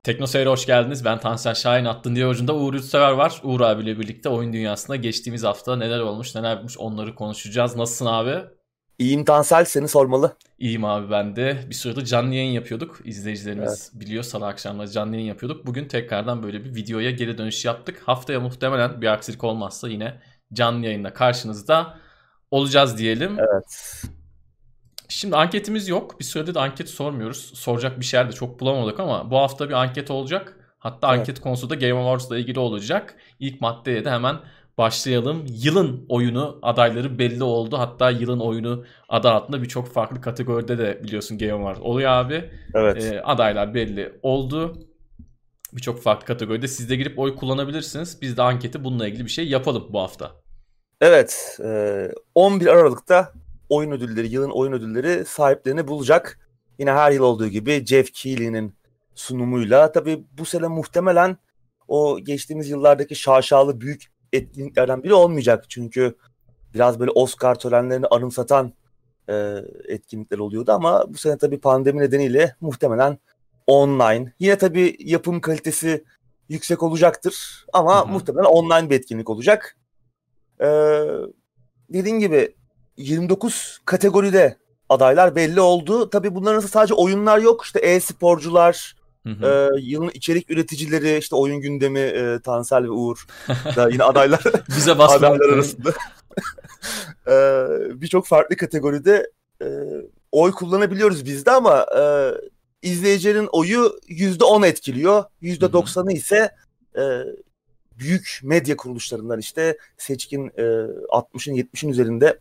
Tekno Seyir'e hoş geldiniz. Ben Tansel Şahin. Attın diye ucunda Uğur Yurtsever var. Uğur abiyle birlikte oyun dünyasında geçtiğimiz hafta neler olmuş neler bitmiş onları konuşacağız. Nasılsın abi? İyiyim Tansel, seni sormalı. İyiyim abi ben de. Bir süredir canlı yayın yapıyorduk. İzleyicilerimiz Evet. biliyor, salı akşamları canlı yayın yapıyorduk. Bugün tekrardan böyle bir videoya geri dönüş yaptık. Haftaya muhtemelen bir aksilik olmazsa yine canlı yayında karşınızda olacağız diyelim. Evet. Şimdi anketimiz yok. Bir süredir de anket sormuyoruz. Soracak bir şeyler de çok bulamadık ama bu hafta bir anket olacak. Hatta Evet. anket konusu da Game Awards'la ilgili olacak. İlk maddeye de hemen başlayalım. Yılın oyunu adayları belli oldu. Hatta yılın oyunu adı altında birçok farklı kategoride de biliyorsun Game Awards oluyor abi. Evet. Adaylar belli oldu. Birçok farklı kategoride siz de girip oy kullanabilirsiniz. Biz de anketi bununla ilgili bir şey yapalım bu hafta. Evet. 11 Aralık'ta oyun ödülleri, yılın oyun ödülleri sahiplerini bulacak. Yine her yıl olduğu gibi Jeff Keighley'nin sunumuyla. Tabii bu sene muhtemelen o geçtiğimiz yıllardaki şaşalı büyük etkinliklerden biri olmayacak. Çünkü biraz böyle Oscar törenlerini anımsatan etkinlikler oluyordu ama bu sene tabii pandemi nedeniyle muhtemelen online. Yine tabii yapım kalitesi yüksek olacaktır Hı ama hı. muhtemelen online bir etkinlik olacak. Ee, Dediğim gibi 29 kategoride adaylar belli oldu. Tabii bunların arasında sadece oyunlar yok. İşte e-sporcular, Hı hı. yılın içerik üreticileri, işte oyun gündemi, Tansel ve Uğur da yine adaylar Bize basmayı adaylar unutmayın. arasında. Birçok farklı kategoride e, oy kullanabiliyoruz biz de ama izleyicilerin oyu %10 etkiliyor. Hı hı. %90'ı ise e, büyük medya kuruluşlarından işte seçkin 60'ın 70'in üzerinde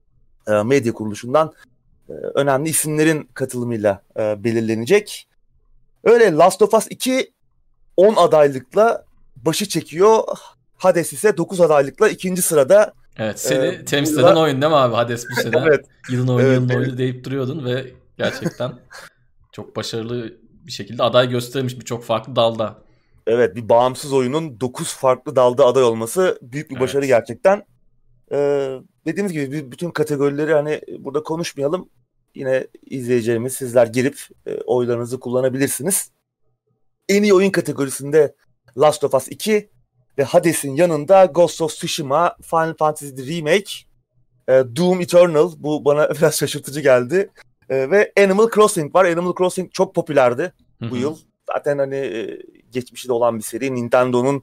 medya kuruluşundan önemli isimlerin katılımıyla belirlenecek. Öyle Last of Us 2 10 adaylıkla başı çekiyor. Hades ise 9 adaylıkla ikinci sırada. Evet, seni Bu temsil eden yıla oyun değil mi abi Hades bu sene? evet, Yılın oyunu evet, yılın oyunu deyip duruyordun ve gerçekten çok başarılı bir şekilde aday göstermiş birçok farklı dalda. evet, bir bağımsız oyunun 9 farklı dalda aday olması büyük bir başarı Evet. gerçekten. Dediğimiz gibi bütün kategorileri hani burada konuşmayalım. Yine izleyicilerimiz sizler girip oylarınızı kullanabilirsiniz. En iyi oyun kategorisinde Last of Us 2 ve Hades'in yanında Ghost of Tsushima, Final Fantasy Remake, Doom Eternal, bu bana biraz şaşırtıcı geldi. Ve Animal Crossing var. Animal Crossing çok popülerdi Hı bu hı. yıl. Zaten hani geçmişi de olan bir seri. Nintendo'nun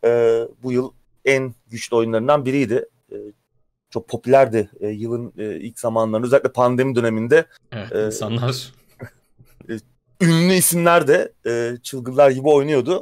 bu yıl en güçlü oyunlarından biriydi. Çok popülerdi yılın ilk zamanlarında. Özellikle pandemi döneminde Evet, e, insanlar e, ünlü isimler de çılgınlar gibi oynuyordu.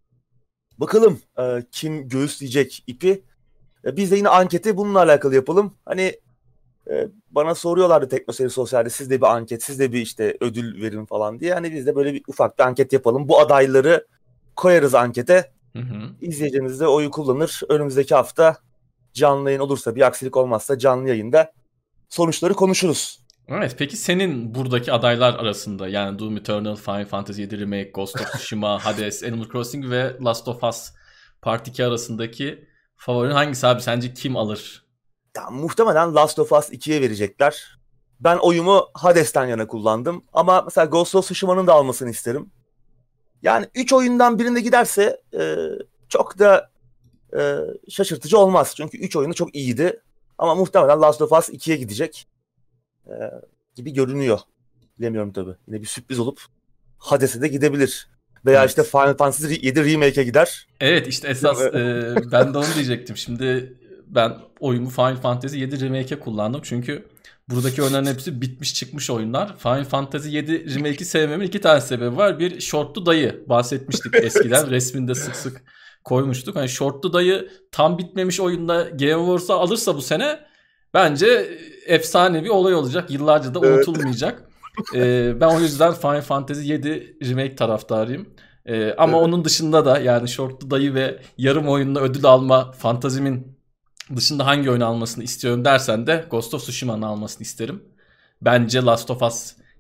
Bakalım kim göğüsleyecek ipi. Biz de yine anketi bununla alakalı yapalım. Hani bana soruyorlardı TeknoSeyir Sosyal'de, siz de bir anket, siz de bir işte ödül verin falan diye. Hani biz de böyle bir ufak bir anket yapalım. Bu adayları koyarız ankete. hı hı. İzleyicimiz de oyu kullanır. Önümüzdeki hafta canlı yayın olursa, bir aksilik olmazsa canlı yayında sonuçları konuşuruz. Evet, peki senin buradaki adaylar arasında yani Doom Eternal, Final Fantasy 7 Remake, Ghost of Tsushima, Hades, Animal Crossing ve Last of Us Part 2 arasındaki favorin hangisi abi? Sence kim alır? Ya, muhtemelen Last of Us 2'ye verecekler. Ben oyumu Hades'ten yana kullandım. Ama mesela Ghost of Tsushima'nın da almasını isterim. Yani 3 oyundan birinde giderse çok da şaşırtıcı olmaz. Çünkü 3 oyunu çok iyiydi. Ama muhtemelen Last of Us 2'ye gidecek e, gibi görünüyor. Bilemiyorum tabii. Yine bir sürpriz olup Hades'e de gidebilir. Veya işte Evet. Final Fantasy 7 Remake'e gider. Evet, işte esas ben de onu diyecektim. Şimdi ben oyumu Final Fantasy 7 Remake'e kullandım. Çünkü buradaki oyunların hepsi bitmiş çıkmış oyunlar. Final Fantasy 7 Remake'i sevmemin iki tane sebebi var. Bir, Shortlu Dayı bahsetmiştik eskiden. Resminde sık sık koymuştuk. Hani Shortlu Dayı tam bitmemiş oyunda Game Awards'a alırsa bu sene bence efsane bir olay olacak. Yıllarca da Evet. unutulmayacak. Ben o yüzden Final Fantasy 7 Remake taraftarıyım. Ama Evet. onun dışında da yani Shortlu Dayı ve yarım oyunla ödül alma fantazimin dışında hangi oyunu almasını istiyorum dersen de Ghost of Tsushima'nın almasını isterim. Bence Last of Us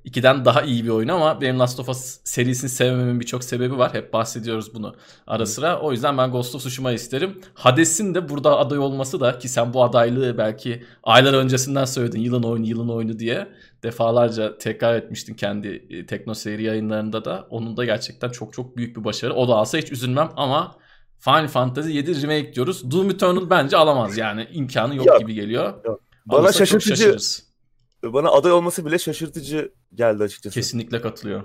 2'den daha iyi bir oyun ama benim Last of Us serisini sevmememin birçok sebebi var. Hep bahsediyoruz bunu ara sıra. O yüzden ben Ghost of Tsushima isterim. Hades'in de burada aday olması da, ki sen bu adaylığı belki aylar öncesinden söyledin, yılın oyunu diye. Defalarca tekrar etmiştin kendi Tekno Seyir yayınlarında da. Onun da gerçekten çok çok büyük bir başarı. O da alsa hiç üzülmem ama Final Fantasy 7 Remake diyoruz. Doom Eternal bence alamaz yani. İmkanı yok gibi geliyor. Yok. Bana şaşırtıcı. Bana aday olması bile şaşırtıcı geldi açıkçası. Kesinlikle katılıyor.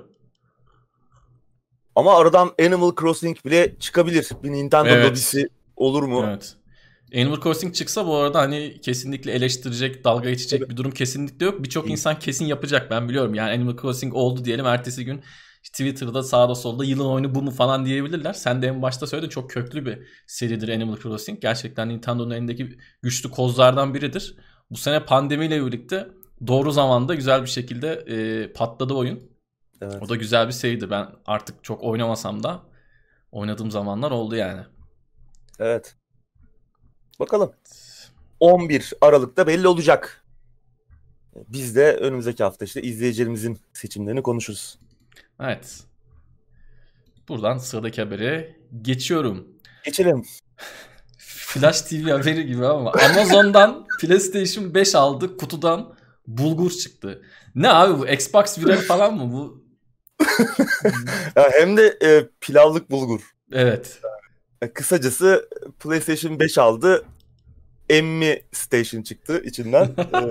Ama aradan Animal Crossing bile çıkabilir. Bir Nintendo lobisi olur mu? Evet. Animal Crossing çıksa bu arada hani kesinlikle eleştirecek, dalga geçecek bir durum kesinlikle yok. Birçok insan kesin yapacak, ben biliyorum. Yani Animal Crossing oldu diyelim, ertesi gün Twitter'da sağda solda yılın oyunu bu mu falan diyebilirler. Sen de en başta söyledin, çok köklü bir seridir Animal Crossing. Gerçekten Nintendo'nun elindeki güçlü kozlardan biridir. Bu sene pandemiyle birlikte doğru zamanda güzel bir şekilde patladı oyun. Evet. O da güzel bir seriydi. Ben artık çok oynamasam da oynadığım zamanlar oldu yani. Evet. Bakalım. 11 Aralık'ta belli olacak. Biz de önümüzdeki hafta işte izleyicilerimizin seçimlerini konuşuruz. Evet. Buradan sıradaki habere geçiyorum. Geçelim. Flash TV haberi gibi ama Amazon'dan PlayStation 5 aldı, kutudan bulgur çıktı. Ne abi bu? Xbox viral falan mı bu? Ya hem de pilavlık bulgur. Evet. Kısacası PlayStation 5 aldı. Emmi Station çıktı içinden.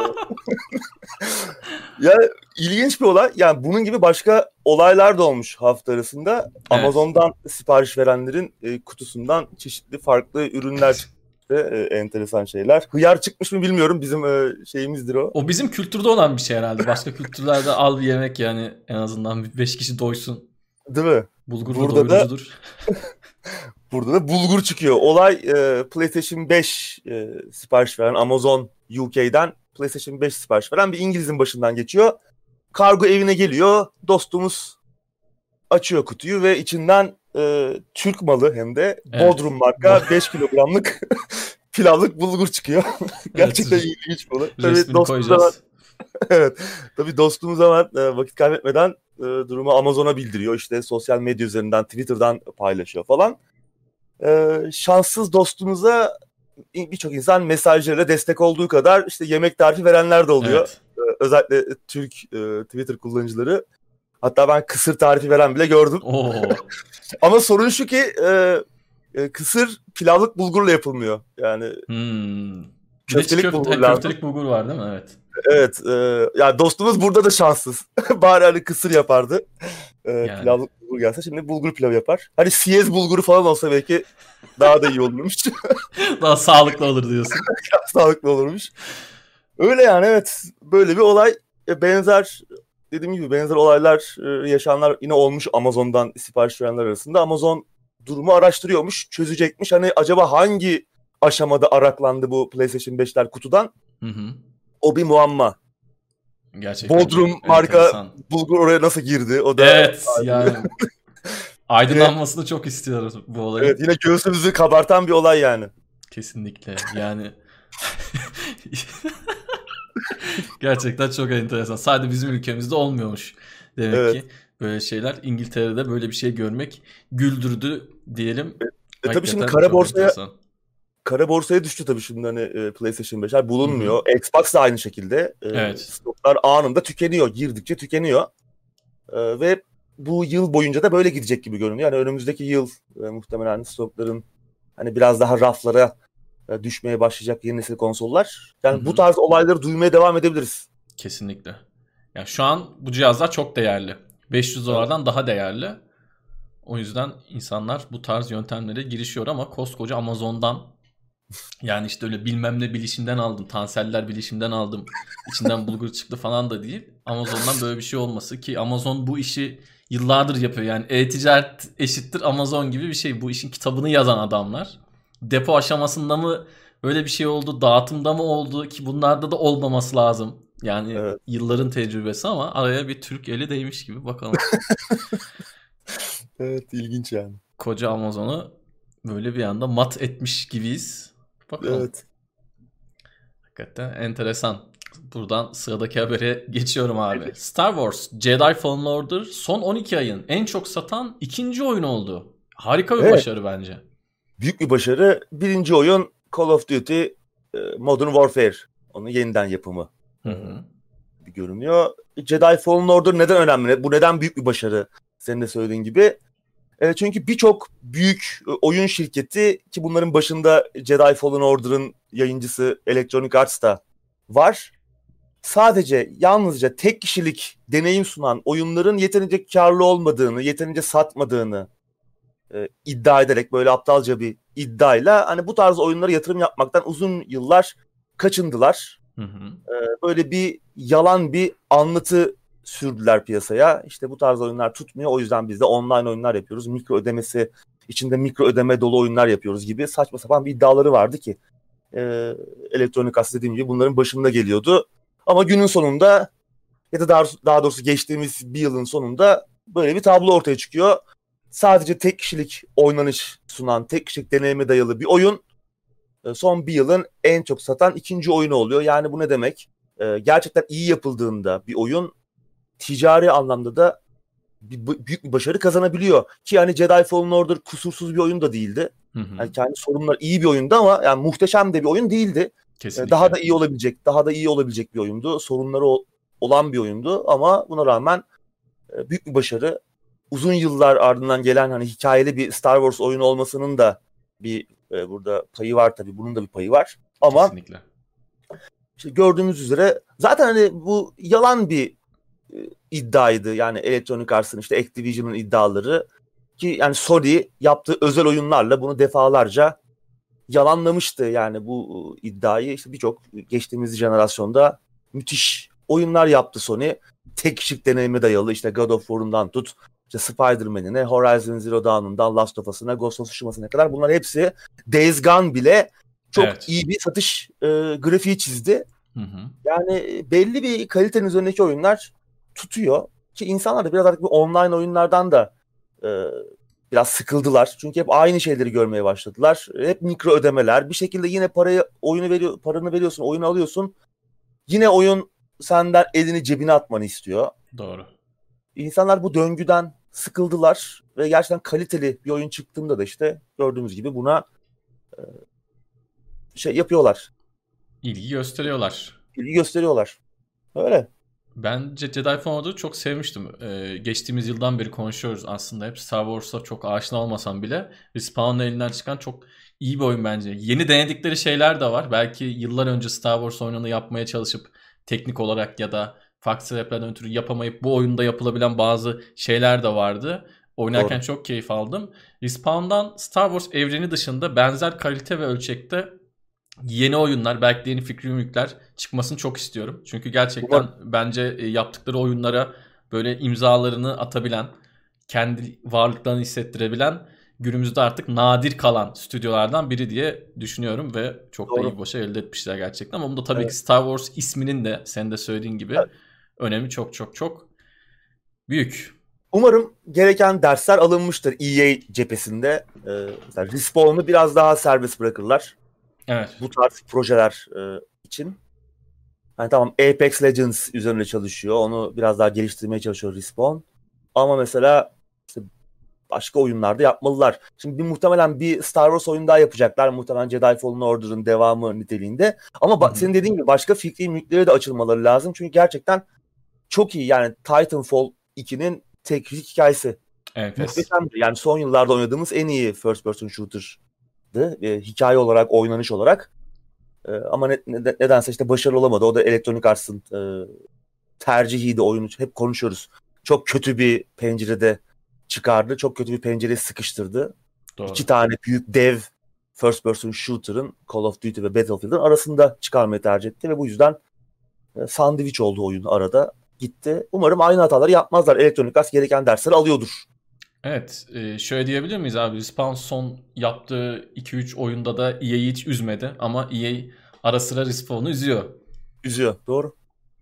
Ya ilginç bir olay. Yani bunun gibi başka olaylar da olmuş hafta arasında. Evet. Amazon'dan sipariş verenlerin kutusundan çeşitli farklı ürünler çıktı. Enteresan şeyler. Hıyar çıkmış mı bilmiyorum. Bizim şeyimizdir o. O bizim kültürde olan bir şey herhalde. Başka kültürlerde al bir yemek yani, en azından 5 kişi doysun. Değil mi? Bulgur da doyurucudur. Burada da bulgur çıkıyor. Olay PlayStation 5 sipariş veren, Amazon UK'den PlayStation 5 sipariş veren bir İngiliz'in başından geçiyor. Kargo evine geliyor. Dostumuz açıyor kutuyu ve içinden Türk malı, hem de Bodrum marka 5 kilogramlık pilavlık bulgur çıkıyor. Gerçekten ilginç bir olay. Resmini koyacağız. Evet. Tabii dostumuz hemen vakit kaybetmeden durumu Amazon'a bildiriyor. İşte sosyal medya üzerinden, Twitter'dan paylaşıyor falan. Şanssız dostumuza birçok insan mesajlarıyla destek olduğu kadar işte yemek tarifi verenler de oluyor. Evet. Özellikle Türk Twitter kullanıcıları. Hatta ben kısır tarifi veren bile gördüm. Ama sorun şu ki kısır pilavlık bulgurla yapılmıyor. Yani köftelik bulgur var değil mi? Evet. Evet. Yani dostumuz burada da şanssız. Bari hani kısır yapardı. Yani. Pilavlık bulgur gelse şimdi bulgur pilavı yapar. Hani siyez bulguru falan olsa belki daha da iyi olurmuş. Daha sağlıklı olur diyorsun. Sağlıklı olurmuş. Öyle yani, evet. Böyle bir olay. Benzer, dediğim gibi benzer olaylar yaşananlar yine olmuş Amazon'dan sipariş verenler arasında. Amazon durumu araştırıyormuş, çözecekmiş. Hani acaba hangi aşamada araklandı bu PlayStation 5'ler kutudan? O bir muamma. Gerçekten Bodrum marka bulgur oraya nasıl girdi? O da evet yani aydınlanmasını çok istiyoruz bu olayı. Evet, yine göğsümüzü kabartan bir olay yani. Kesinlikle yani. Gerçekten çok enteresan. Sadece bizim ülkemizde olmuyormuş demek ki böyle şeyler. İngiltere'de böyle bir şey görmek güldürdü diyelim. Tabii şimdi kara borsaya düştü tabii şimdi hani PlayStation 5'ler bulunmuyor. Xbox da aynı şekilde. Evet. Stoklar anında tükeniyor. Girdikçe tükeniyor. Ve bu yıl boyunca da böyle gidecek gibi görünüyor. Yani önümüzdeki yıl muhtemelen stokların hani biraz daha raflara düşmeye başlayacak yeni nesil konsollar. Yani bu tarz olayları duymaya devam edebiliriz. Kesinlikle. Yani şu an bu cihazlar çok değerli. 500 dolardan daha değerli. O yüzden insanlar bu tarz yöntemlere girişiyor ama koskoca Amazon'dan, yani işte öyle bilmem ne bilişimden aldım, Tanseller bilişimden aldım, içinden bulgur çıktı falan da değil. Amazon'dan böyle bir şey olması, ki Amazon bu işi yıllardır yapıyor. Yani e-ticaret eşittir Amazon gibi bir şey. Bu işin kitabını yazan adamlar. Depo aşamasında mı böyle bir şey oldu, dağıtımda mı oldu, ki bunlarda da olmaması lazım. Yani yılların tecrübesi ama araya bir Türk eli değmiş gibi, bakalım. Evet, ilginç yani. Koca Amazon'u böyle bir anda mat etmiş gibiyiz. Bakalım. Evet. Hakikaten enteresan. Buradan sıradaki habere geçiyorum abi. Star Wars Jedi Fallen Order son 12 ayın en çok satan ikinci oyun oldu. Harika bir başarı bence. Büyük bir başarı. Birinci oyun Call of Duty Modern Warfare. Onun yeniden yapımı görünüyor. Jedi Fallen Order neden önemli? Bu neden büyük bir başarı? Senin de söylediğin gibi. Çünkü birçok büyük oyun şirketi, ki bunların başında Jedi Fallen Order'ın yayıncısı Electronic Arts da var, yalnızca tek kişilik deneyim sunan oyunların yeterince karlı olmadığını, yeterince satmadığını iddia ederek, böyle aptalca bir iddiayla hani bu tarz oyunlara yatırım yapmaktan uzun yıllar kaçındılar. Böyle bir yalan bir anlatı sürdüler piyasaya. İşte bu tarz oyunlar tutmuyor, o yüzden biz de online oyunlar yapıyoruz. Mikro ödemesi içinde mikro ödeme dolu oyunlar yapıyoruz gibi saçma sapan bir iddiaları vardı ki Electronic Arts, dediğim gibi, bunların başında geliyordu. Ama günün sonunda, ya da daha doğrusu geçtiğimiz bir yılın sonunda böyle bir tablo ortaya çıkıyor. Sadece tek kişilik oynanış sunan, tek kişilik deneyime dayalı bir oyun son bir yılın en çok satan ikinci oyunu oluyor. Yani bu ne demek? Gerçekten iyi yapıldığında bir oyun ticari anlamda da büyük bir başarı kazanabiliyor. Ki hani Jedi Fallen Order kusursuz bir oyun da değildi. Yani kendi sorunlar iyi bir oyundu ama yani muhteşem de bir oyun değildi. Kesinlikle. Daha da iyi olabilecek bir oyundu. Sorunları olan bir oyundu ama buna rağmen büyük bir başarı. Uzun yıllar ardından gelen hani hikayeli bir Star Wars oyunu olmasının da bir burada payı var tabii. Bunun da bir payı var. Ama kesinlikle. İşte gördüğümüz üzere zaten hani bu yalan bir iddiaydı. Yani Electronic Arts'ın, işte Activision'ın iddiaları, ki yani Sony yaptığı özel oyunlarla bunu defalarca yalanlamıştı. Yani bu iddiayı işte birçok geçtiğimiz jenerasyonda müthiş oyunlar yaptı Sony. Tek kişilik deneyime dayalı, işte God of War'undan tut, işte Spider-Man'ine, Horizon Zero Dawn'undan Last of Us'ına, Ghost of Tsushima'sına kadar, bunlar hepsi, Days Gone bile çok iyi bir satış grafiği çizdi. Yani belli bir kalitenin üzerindeki oyunlar tutuyor. Ki insanlar da biraz artık bu online oyunlardan da biraz sıkıldılar. Çünkü hep aynı şeyleri görmeye başladılar. Hep mikro ödemeler. Bir şekilde yine paranı veriyorsun, oyunu alıyorsun. Yine oyun senden elini cebine atmanı istiyor. Doğru. İnsanlar bu döngüden sıkıldılar ve gerçekten kaliteli bir oyun çıktığında da işte gördüğümüz gibi buna yapıyorlar. İlgi gösteriyorlar. Öyle. Bence Jedi Fallen Order'ı çok sevmiştim. Geçtiğimiz yıldan beri konuşuyoruz aslında. Hep Star Wars'a çok aşina olmasam bile Respawn'ın elinden çıkan çok iyi bir oyun bence. Yeni denedikleri şeyler de var. Belki yıllar önce Star Wars oyununu yapmaya çalışıp teknik olarak ya da farklı sebeplerden ötürü yapamayıp bu oyunda yapılabilen bazı şeyler de vardı. Oynarken Doğru. çok keyif aldım. Respawn'dan Star Wars evreni dışında benzer kalite ve ölçekte yeni oyunlar, belki de yeni fikri mülkler çıkmasını çok istiyorum. Çünkü gerçekten bence yaptıkları oyunlara böyle imzalarını atabilen, kendi varlıklarını hissettirebilen, günümüzde artık nadir kalan stüdyolardan biri diye düşünüyorum ve çok da iyi bir başarı elde etmişler gerçekten. Ama bunda tabii ki Star Wars isminin de senin de söylediğin gibi önemi çok çok çok büyük. Umarım gereken dersler alınmıştır EA cephesinde. Mesela Respawn'u biraz daha serbest bırakırlar. Evet. Bu tarz projeler için. Yani tamam, Apex Legends üzerine çalışıyor. Onu biraz daha geliştirmeye çalışıyor Respawn. Ama mesela işte başka oyunlarda yapmalılar. Şimdi muhtemelen bir Star Wars oyunu daha yapacaklar. Muhtemelen Jedi Fallen Order'ın devamı niteliğinde. Ama senin dediğin gibi başka fikri mülklere de açılmaları lazım. Çünkü gerçekten çok iyi. Yani Titanfall 2'nin tek hikayesi. Evet. Muhteşemdi. Yani son yıllarda oynadığımız en iyi first person shooter'dı. Hikaye olarak, oynanış olarak. Ama nedense işte başarılı olamadı. O da Electronic Arts'ın tercihiydi oyunu. Hep konuşuyoruz. Çok kötü bir pencerede çıkardı. Çok kötü bir pencereye sıkıştırdı. Doğru. 2 tane büyük dev first person shooter'ın, Call of Duty ve Battlefield'ın arasında çıkarmayı tercih etti ve bu yüzden sandviç oldu oyun arada. Gitti. Umarım aynı hataları yapmazlar. Electronic Arts gereken dersleri alıyordur. Evet. Şöyle diyebilir miyiz abi? Respawn son yaptığı 2-3 oyunda da EA'yi hiç üzmedi. Ama EA ara sıra Respawn'u üzüyor. Üzüyor. Doğru.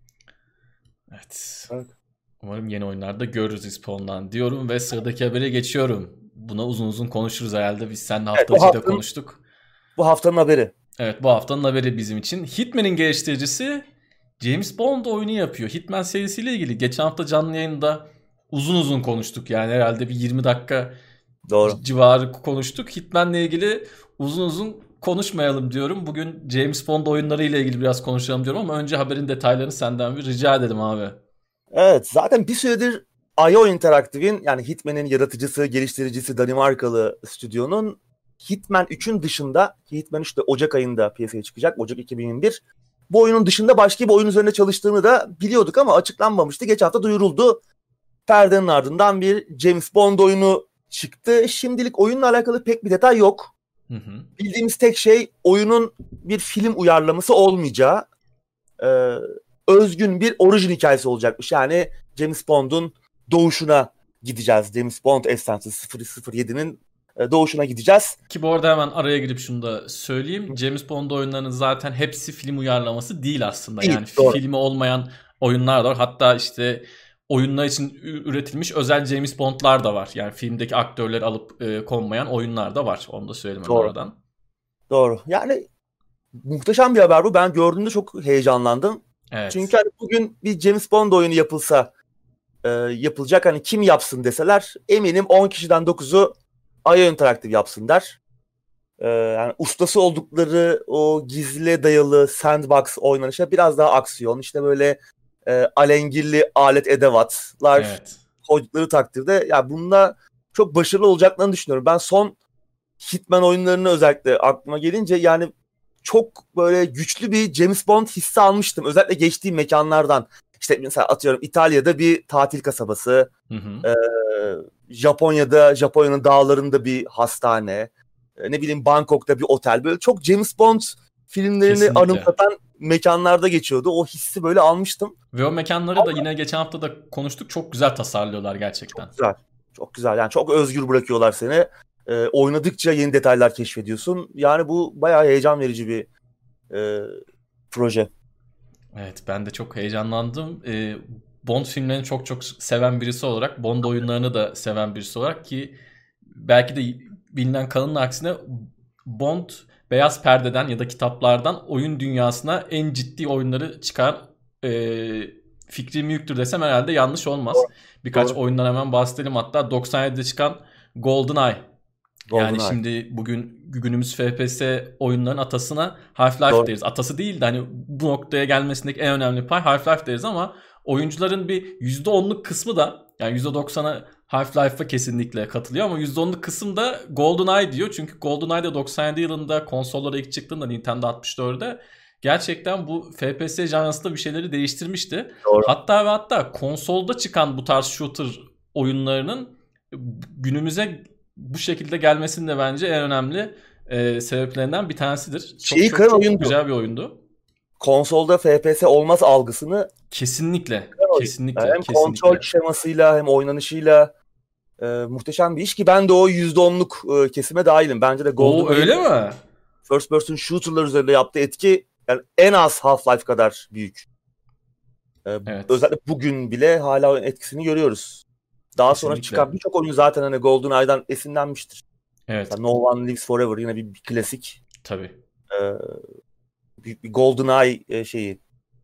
Evet. Umarım yeni oyunlarda görürüz Respawn'dan diyorum ve sıradaki habere geçiyorum. Buna uzun uzun konuşuruz herhalde. Biz seninle hafta içi de konuştuk. Bu haftanın haberi. Evet, bu haftanın haberi bizim için. Hitman'in geliştiricisi James Bond oyunu yapıyor. Hitman serisiyle ilgili geçen hafta canlı yayında uzun uzun konuştuk. Yani herhalde bir 20 dakika Doğru. civarı konuştuk. Hitman'la ilgili uzun uzun konuşmayalım diyorum. Bugün James Bond oyunları ile ilgili biraz konuşalım diyorum ama önce haberin detaylarını senden bir rica edelim abi. Evet, zaten bir süredir IO Interactive'in, yani Hitman'in yaratıcısı, geliştiricisi Danimarkalı stüdyonun Hitman 3'ün dışında, Hitman 3 de Ocak ayında piyasaya çıkacak, Ocak 2021. Bu oyunun dışında başka bir oyun üzerine çalıştığını da biliyorduk ama açıklanmamıştı. Geçen hafta duyuruldu. Perdenin ardından bir James Bond oyunu çıktı. Şimdilik oyunla alakalı pek bir detay yok. Bildiğimiz tek şey oyunun bir film uyarlaması olmayacağı. Özgün bir orijin hikayesi olacakmış. Yani James Bond'un doğuşuna gideceğiz. James Bond efsanesi 007'nin doğuşuna gideceğiz. Ki bu arada hemen araya girip şunu da söyleyeyim. James Bond oyunlarının zaten hepsi film uyarlaması değil aslında. Değil, yani doğru. filmi olmayan oyunlar da var. Hatta işte oyunlar için üretilmiş özel James Bond'lar da var. Yani filmdeki aktörleri alıp konmayan oyunlar da var. Onu da söyleyeyim oradan. Doğru. Yani muhteşem bir haber bu. Ben gördüğümde çok heyecanlandım. Evet. Çünkü hani bugün bir James Bond oyunu yapılsa, yapılacak, hani kim yapsın deseler eminim 10 kişiden 9'u IO Interactive yapsın der. Yani ustası oldukları o gizli dayalı sandbox oynanışa biraz daha aksiyon, işte böyle alengirli alet edevatlar koydukları takdirde ya bunda çok başarılı olacaklarını düşünüyorum. Ben son Hitman oyunlarını özellikle aklıma gelince yani çok böyle güçlü bir James Bond hissi almıştım. Özellikle geçtiğim mekanlardan. İşte mesela atıyorum İtalya'da bir tatil kasabası, Japonya'nın dağlarında bir hastane, ne bileyim Bangkok'ta bir otel, böyle çok James Bond filmlerini kesinlikle anımsatan mekanlarda geçiyordu. O hissi böyle almıştım. Ve o mekanları da yine geçen hafta da konuştuk. Çok güzel tasarlıyorlar gerçekten. Çok güzel. Çok güzel. Yani çok özgür bırakıyorlar seni. Oynadıkça yeni detaylar keşfediyorsun. Yani bu bayağı heyecan verici bir proje. Evet, ben de çok heyecanlandım. Bond filmlerini çok çok seven birisi olarak, Bond oyunlarını da seven birisi olarak, ki belki de bilinen kanının aksine Bond beyaz perdeden ya da kitaplardan oyun dünyasına en ciddi oyunları çıkaran fikrim yüktür desem herhalde yanlış olmaz. Birkaç oyundan hemen bahsedelim. Hatta 97'de çıkan GoldenEye. Yani şimdi günümüz FPS oyunların atasına Half-Life deriz. Atası değil de hani bu noktaya gelmesindeki en önemli pay Half-Life deriz ama oyuncuların bir %10'luk kısmı da, yani %90'a Half-Life'a kesinlikle katılıyor ama %10'luk kısım da GoldenEye diyor. Çünkü GoldenEye 97 yılında konsollara ilk çıktığında Nintendo 64'de gerçekten bu FPS janrasında bir şeyleri değiştirmişti. Doğru. Hatta konsolda çıkan bu tarz shooter oyunlarının günümüze bu şekilde gelmesinin de bence en önemli sebeplerinden bir tanesidir. Çok güzel bir oyundu. Konsolda FPS olmaz algısını kesinlikle hem kontrol şemasıyla hem oynanışıyla muhteşem bir iş ki ben de o %10'luk kesime dahilim. Bence de GoldenEye öyle mi? First person shooter'lar üzerinde yaptığı etki yani en az Half-Life kadar büyük. Özellikle bugün bile hala oyun etkisini görüyoruz. Daha sonra çıkan birçok oyun zaten hani GoldenEye'dan esinlenmiştir. Evet. Mesela No One Lives Forever yine bir klasik. Tabii. Büyük bir GoldenEye şeyi.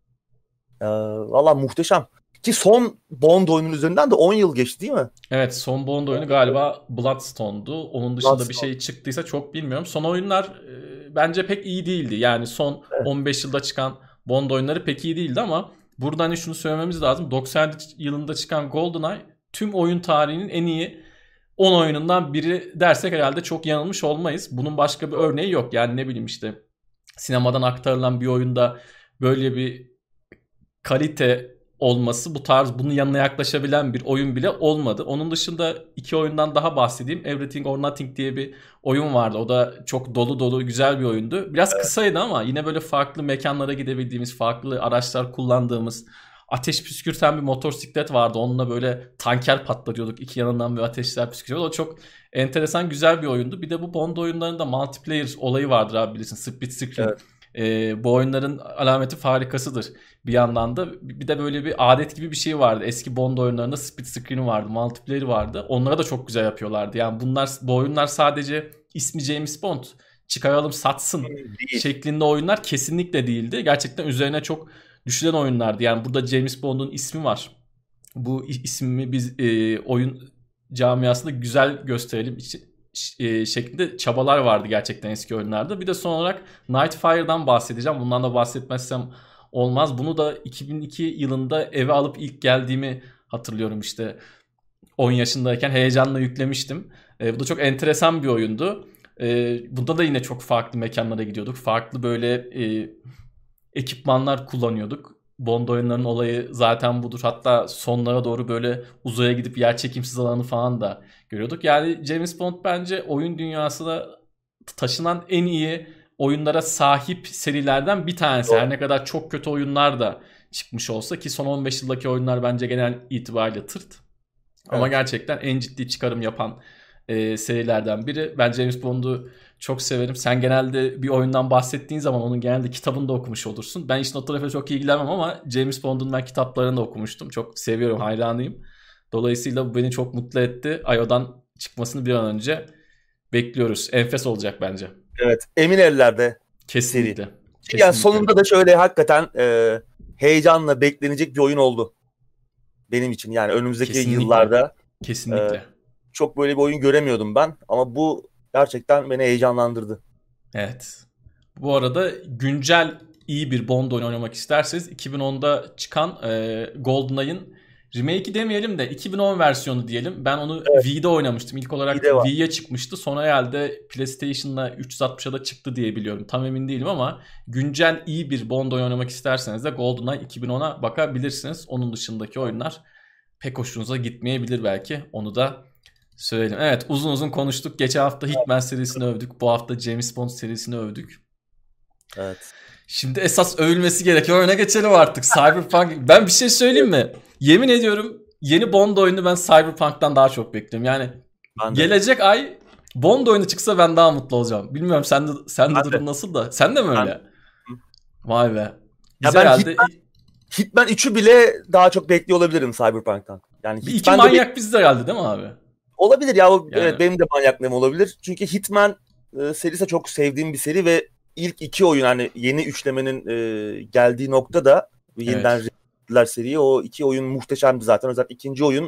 Valla muhteşem. Ki son Bond oyunun üzerinden de 10 yıl geçti değil mi? Evet, son Bond oyunu galiba Bloodstone'du. Onun dışında bir şey çıktıysa çok bilmiyorum. Son oyunlar bence pek iyi değildi. Yani son 15 yılda çıkan Bond oyunları pek iyi değildi ama buradan hani şunu söylememiz lazım. 97 yılında çıkan GoldenEye tüm oyun tarihinin en iyi 10 oyunundan biri dersek herhalde çok yanılmış olmayız. Bunun başka bir örneği yok. Yani ne bileyim işte sinemadan aktarılan bir oyunda böyle bir kalite olması, bu tarz bunun yanına yaklaşabilen bir oyun bile olmadı. Onun dışında iki oyundan daha bahsedeyim. Everything or Nothing diye bir oyun vardı. O da çok dolu dolu güzel bir oyundu. Biraz kısaydı ama yine böyle farklı mekanlara gidebildiğimiz, farklı araçlar kullandığımız, ateş püskürten bir motosiklet vardı. Onunla böyle tanker patlatıyorduk. İki yanından bir ateşler püskürüyordu. O çok enteresan, güzel bir oyundu. Bir de bu Bond oyunlarında multiplayer olayı vardır abi, bilirsin. Split screen. Evet. Bu oyunların alameti farikasıdır bir yandan da. Bir de böyle bir adet gibi bir şey vardı. Eski Bond oyunlarında split screen vardı, multiplayer vardı. Onlara da çok güzel yapıyorlardı. Yani bu oyunlar sadece ismi James Bond, çıkaralım satsın şeklinde oyunlar kesinlikle değildi. Gerçekten üzerine çok düşülen oyunlardı. Yani burada James Bond'un ismi var. Bu ismi biz oyun camiasında güzel gösterelim şeklinde çabalar vardı gerçekten eski oyunlarda. Bir de son olarak Nightfire'dan bahsedeceğim. Bundan da bahsetmezsem olmaz. Bunu da 2002 yılında eve alıp ilk geldiğimi hatırlıyorum işte. 10 yaşındayken heyecanla yüklemiştim. Bu da çok enteresan bir oyundu. Bunda da yine çok farklı mekanlara gidiyorduk. Farklı böyle ekipmanlar kullanıyorduk. Bond oyunlarının olayı zaten budur. Hatta sonlara doğru böyle uzaya gidip yer çekimsiz alanı falan da görüyorduk. Yani James Bond bence oyun dünyasına taşınan en iyi oyunlara sahip serilerden bir tanesi. Doğru. Her ne kadar çok kötü oyunlar da çıkmış olsa ki son 15 yıldaki oyunlar bence genel itibariyle tırt. Ama gerçekten en ciddi çıkarım yapan serilerden biri. Ben James Bond'u çok severim. Sen genelde bir oyundan bahsettiğin zaman onun genelde kitabını da okumuş olursun. Ben işin o tarafıyla çok ilgilenmem ama James Bond'un ben kitaplarını da okumuştum. Çok seviyorum, hayranıyım. Dolayısıyla bu beni çok mutlu etti. IO'dan çıkmasını bir an önce bekliyoruz. Enfes olacak bence. Evet, emin ellerde. Kesinlikle. Yani kesinlikle. Sonunda da şöyle hakikaten heyecanla beklenecek bir oyun oldu. Benim için yani önümüzdeki kesinlikle. Yıllarda. Kesinlikle. Çok böyle bir oyun göremiyordum ben ama bu gerçekten beni heyecanlandırdı. Evet. Bu arada güncel iyi bir Bond oyunu oynamak isterseniz 2010'da çıkan GoldenEye'ın remake'i demeyelim de 2010 versiyonu diyelim. Ben onu Wii'de oynamıştım. İlk olarak Wii'ye çıkmıştı. Sonra herhalde PlayStation'la 360'a da çıktı diye biliyorum. Tam emin değilim ama güncel iyi bir Bond oyunu oynamak isterseniz de GoldenEye 2010'a bakabilirsiniz. Onun dışındaki oyunlar pek hoşunuza gitmeyebilir belki. Onu da söyleyelim. Evet, uzun uzun konuştuk. Geçen hafta Hitman serisini övdük. Bu hafta James Bond serisini övdük. Evet. Şimdi esas övülmesi gereken oyuna geçelim artık. Cyberpunk. Ben bir şey söyleyeyim mi? Yemin ediyorum yeni Bond oyunu ben Cyberpunk'tan daha çok bekliyorum. Yani gelecek ay Bond oyunu çıksa ben daha mutlu olacağım. Bilmiyorum sende durum nasıl da. Sen de mi öyle? Vay be. Ya ben herhalde... Hitman 3'ü bile daha çok bekliyor olabilirim Cyberpunk'tan. Yani bir iki manyak bizde herhalde değil mi abi? Olabilir ya. Evet, benim de manyaklığım olabilir. Çünkü Hitman serisi çok sevdiğim bir seri ve ilk iki oyun hani yeni üçlemenin geldiği noktada yeniden renkler seriyi o iki oyun muhteşemdi zaten. Özellikle ikinci oyun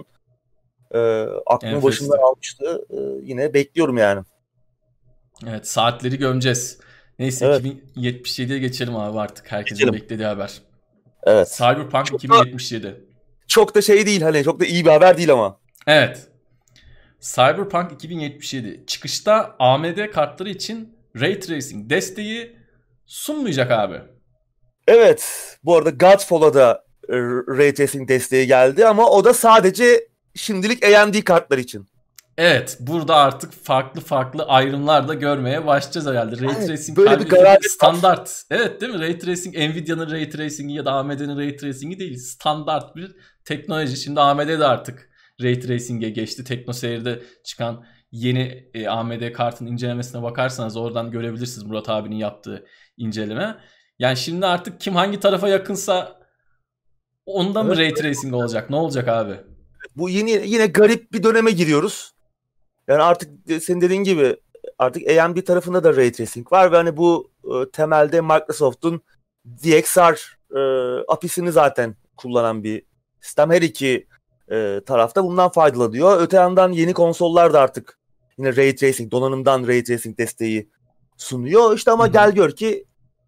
aklımı başımdan almıştı. Yine bekliyorum yani. Evet, saatleri gömeceğiz. Neyse 2077'ye geçelim abi artık. Herkesin beklediği haber. Evet. Cyberpunk 2077. Çok da şey değil hani çok da iyi bir haber değil ama. Evet. Cyberpunk 2077 çıkışta AMD kartları için Ray Tracing desteği sunmayacak abi. Evet. Bu arada Godfall'a da Ray Tracing desteği geldi ama o da sadece şimdilik AMD kartlar için. Evet. Burada artık farklı ayrımlar da görmeye başlayacağız herhalde. Ray Tracing böyle bir standart. Var. Evet değil mi? Ray Tracing, Nvidia'nın Ray Tracing'i ya da AMD'nin Ray Tracing'i değil. Standart bir teknoloji. Şimdi AMD de artık Ray Tracing'e geçti. TeknoSeyir'de çıkan yeni AMD kartın incelemesine bakarsanız oradan görebilirsiniz Murat abinin yaptığı inceleme. Yani şimdi artık kim hangi tarafa yakınsa onda mı Ray Tracing olacak? Ne olacak abi? Bu yine garip bir döneme giriyoruz. Yani artık senin dediğin gibi artık AMD tarafında da Ray Tracing var ve hani bu temelde Microsoft'un DXR API'sini zaten kullanan bir sistem. Her iki tarafta bundan faydalanıyor. Öte yandan yeni konsollar da artık yine Ray Tracing, donanımdan Ray Tracing desteği sunuyor. İşte ama gel gör ki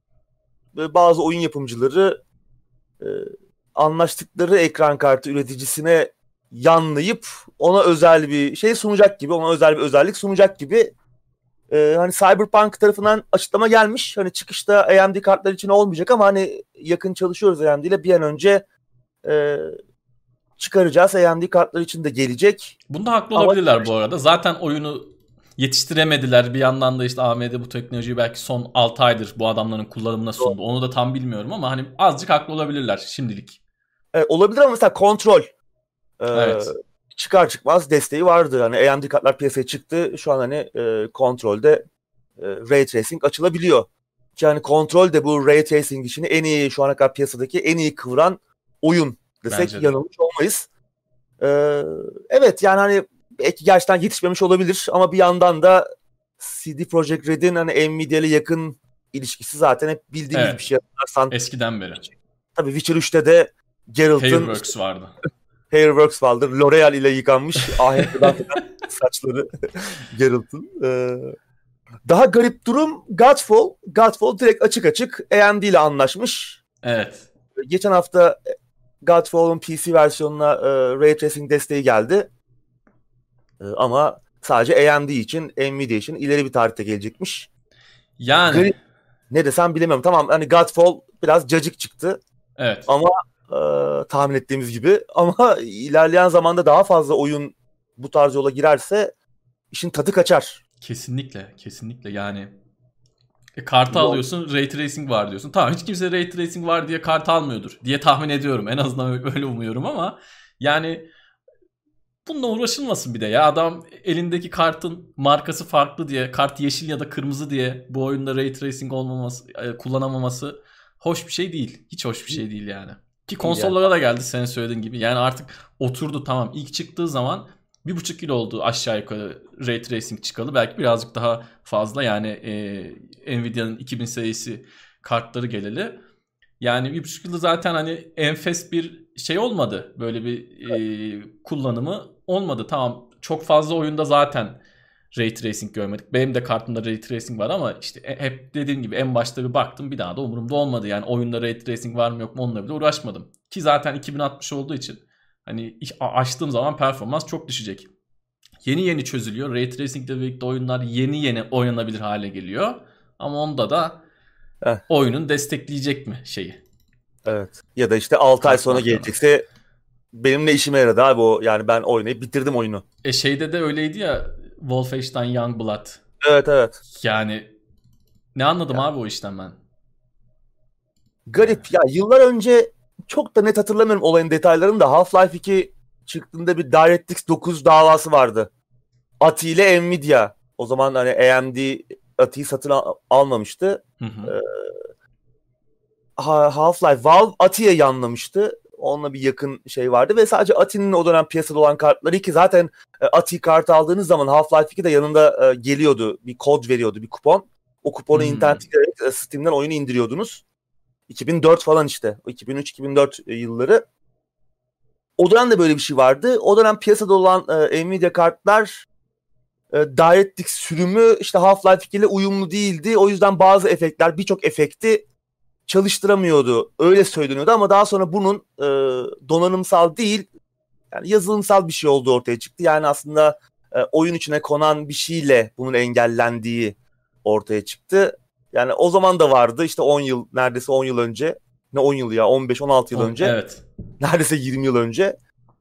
bazı oyun yapımcıları anlaştıkları ekran kartı üreticisine yanlayıp ona özel bir şey sunacak gibi, ona özel bir özellik sunacak gibi hani Cyberpunk tarafından açıklama gelmiş. Hani çıkışta AMD kartlar için olmayacak ama hani yakın çalışıyoruz AMD ile bir an önce çıkaracağız. AMD kartlar için de gelecek. Bunda haklı olabilirler bu arada. Zaten oyunu yetiştiremediler. Bir yandan da işte AMD bu teknolojiyi belki son 6 aydır bu adamların kullanımına sundu. Onu da tam bilmiyorum ama hani azıcık haklı olabilirler şimdilik. Olabilir ama mesela kontrol evet. Çıkar çıkmaz desteği vardı. Hani AMD kartlar piyasaya çıktı. Şu an hani kontrolde Ray Tracing açılabiliyor. Ki hani kontrol de bu Ray Tracing işini en iyi şu ana kadar piyasadaki en iyi kıvıran oyun desek yanılmış olmayız. Evet yani hani belki gerçekten yetişmemiş olabilir ama bir yandan da CD Projekt Red'in hani Nvidia ile yakın ilişkisi zaten hep bildiğimiz bir şey. Eskiden beri. Tabii Witcher 3'te de Geralt'ın Hairworks vardı. Hairworks vardır. L'Oreal ile yıkanmış ahenkle saçları Geralt'ın. Daha garip durum Godfall. Godfall direkt açık AMD ile anlaşmış. Evet. Geçen hafta Godfall'un PC versiyonuna Ray Tracing desteği geldi. Ama sadece AMD için, Nvidia için ileri bir tarihte gelecekmiş. Yani. Garip, ne desem bilemiyorum. Tamam hani Godfall biraz cacık çıktı. Evet. Ama tahmin ettiğimiz gibi. Ama ilerleyen zamanda daha fazla oyun bu tarz yola girerse işin tadı kaçar. Kesinlikle. Kesinlikle yani. Kartı alıyorsun, Ray Tracing var diyorsun. Tamam, hiç kimse Ray Tracing var diye kart almıyordur diye tahmin ediyorum. En azından öyle umuyorum ama yani bununla uğraşılmasın bir de ya. Adam elindeki kartın markası farklı diye, kart yeşil ya da kırmızı diye bu oyunda Ray Tracing olmaması, kullanamaması hoş bir şey değil. Hiç hoş bir şey değil yani. Ki konsollara da geldi senin söylediğin gibi. Yani artık oturdu, tamam. İlk çıktığı zaman 1,5 yıl oldu aşağı yukarı Ray Tracing çıkalı. Belki birazcık daha fazla yani Nvidia'nın 2000 serisi kartları geleli. Yani 1,5 yılda zaten hani enfes bir şey olmadı. Böyle bir kullanımı olmadı. Tamam, çok fazla oyunda zaten Ray Tracing görmedik. Benim de kartımda Ray Tracing var ama işte hep dediğim gibi en başta bir baktım, bir daha da umurumda olmadı. Yani oyunda Ray Tracing var mı yok mu onunla bile uğraşmadım. Ki zaten 2060 olduğu için hani açtığım zaman performans çok düşecek. Yeni yeni çözülüyor. Ray Tracing ile birlikte oyunlar yeni oynanabilir hale geliyor. Ama onda da oyunun destekleyecek mi şeyi? Evet. Ya da işte 6 ay sonra gelecekse benim ne işime yaradı abi o. Yani ben oynayıp bitirdim oyunu. Şeyde de öyleydi ya, Wolfenstein Youngblood. Evet. Yani ne anladım abi o işten ben. Garip ya, yıllar önce çok da net hatırlamıyorum olayın detaylarını da, Half-Life 2 çıktığında bir DirectX 9 davası vardı. ATI ile Nvidia. O zaman hani AMD ATI'yi satın almamıştı. Half-Life Valve ATI'ye yanlamıştı. Onunla bir yakın şey vardı ve sadece ATI'nin o dönem piyasada olan kartları, ki zaten ATI kartı aldığınız zaman Half-Life 2 de yanında geliyordu. Bir kod veriyordu, bir kupon. O kuponu internete girerek Steam'den oyunu indiriyordunuz. 2004 falan işte. 2003-2004 yılları. O dönem de böyle bir şey vardı. O dönem piyasada olan Nvidia kartlar DirectX sürümü işte Half-Life 2 ile uyumlu değildi. O yüzden bazı efektler, birçok efekti çalıştıramıyordu. Öyle söyleniyordu ama daha sonra bunun donanımsal değil, yani yazılımsal bir şey olduğu ortaya çıktı. Yani aslında oyun içine konan bir şeyle bunun engellendiği ortaya çıktı. Yani o zaman da vardı işte 10 yıl, neredeyse 10 yıl önce. Ne 10 yıl ya, 15-16 yıl önce. Evet. Neredeyse 20 yıl önce.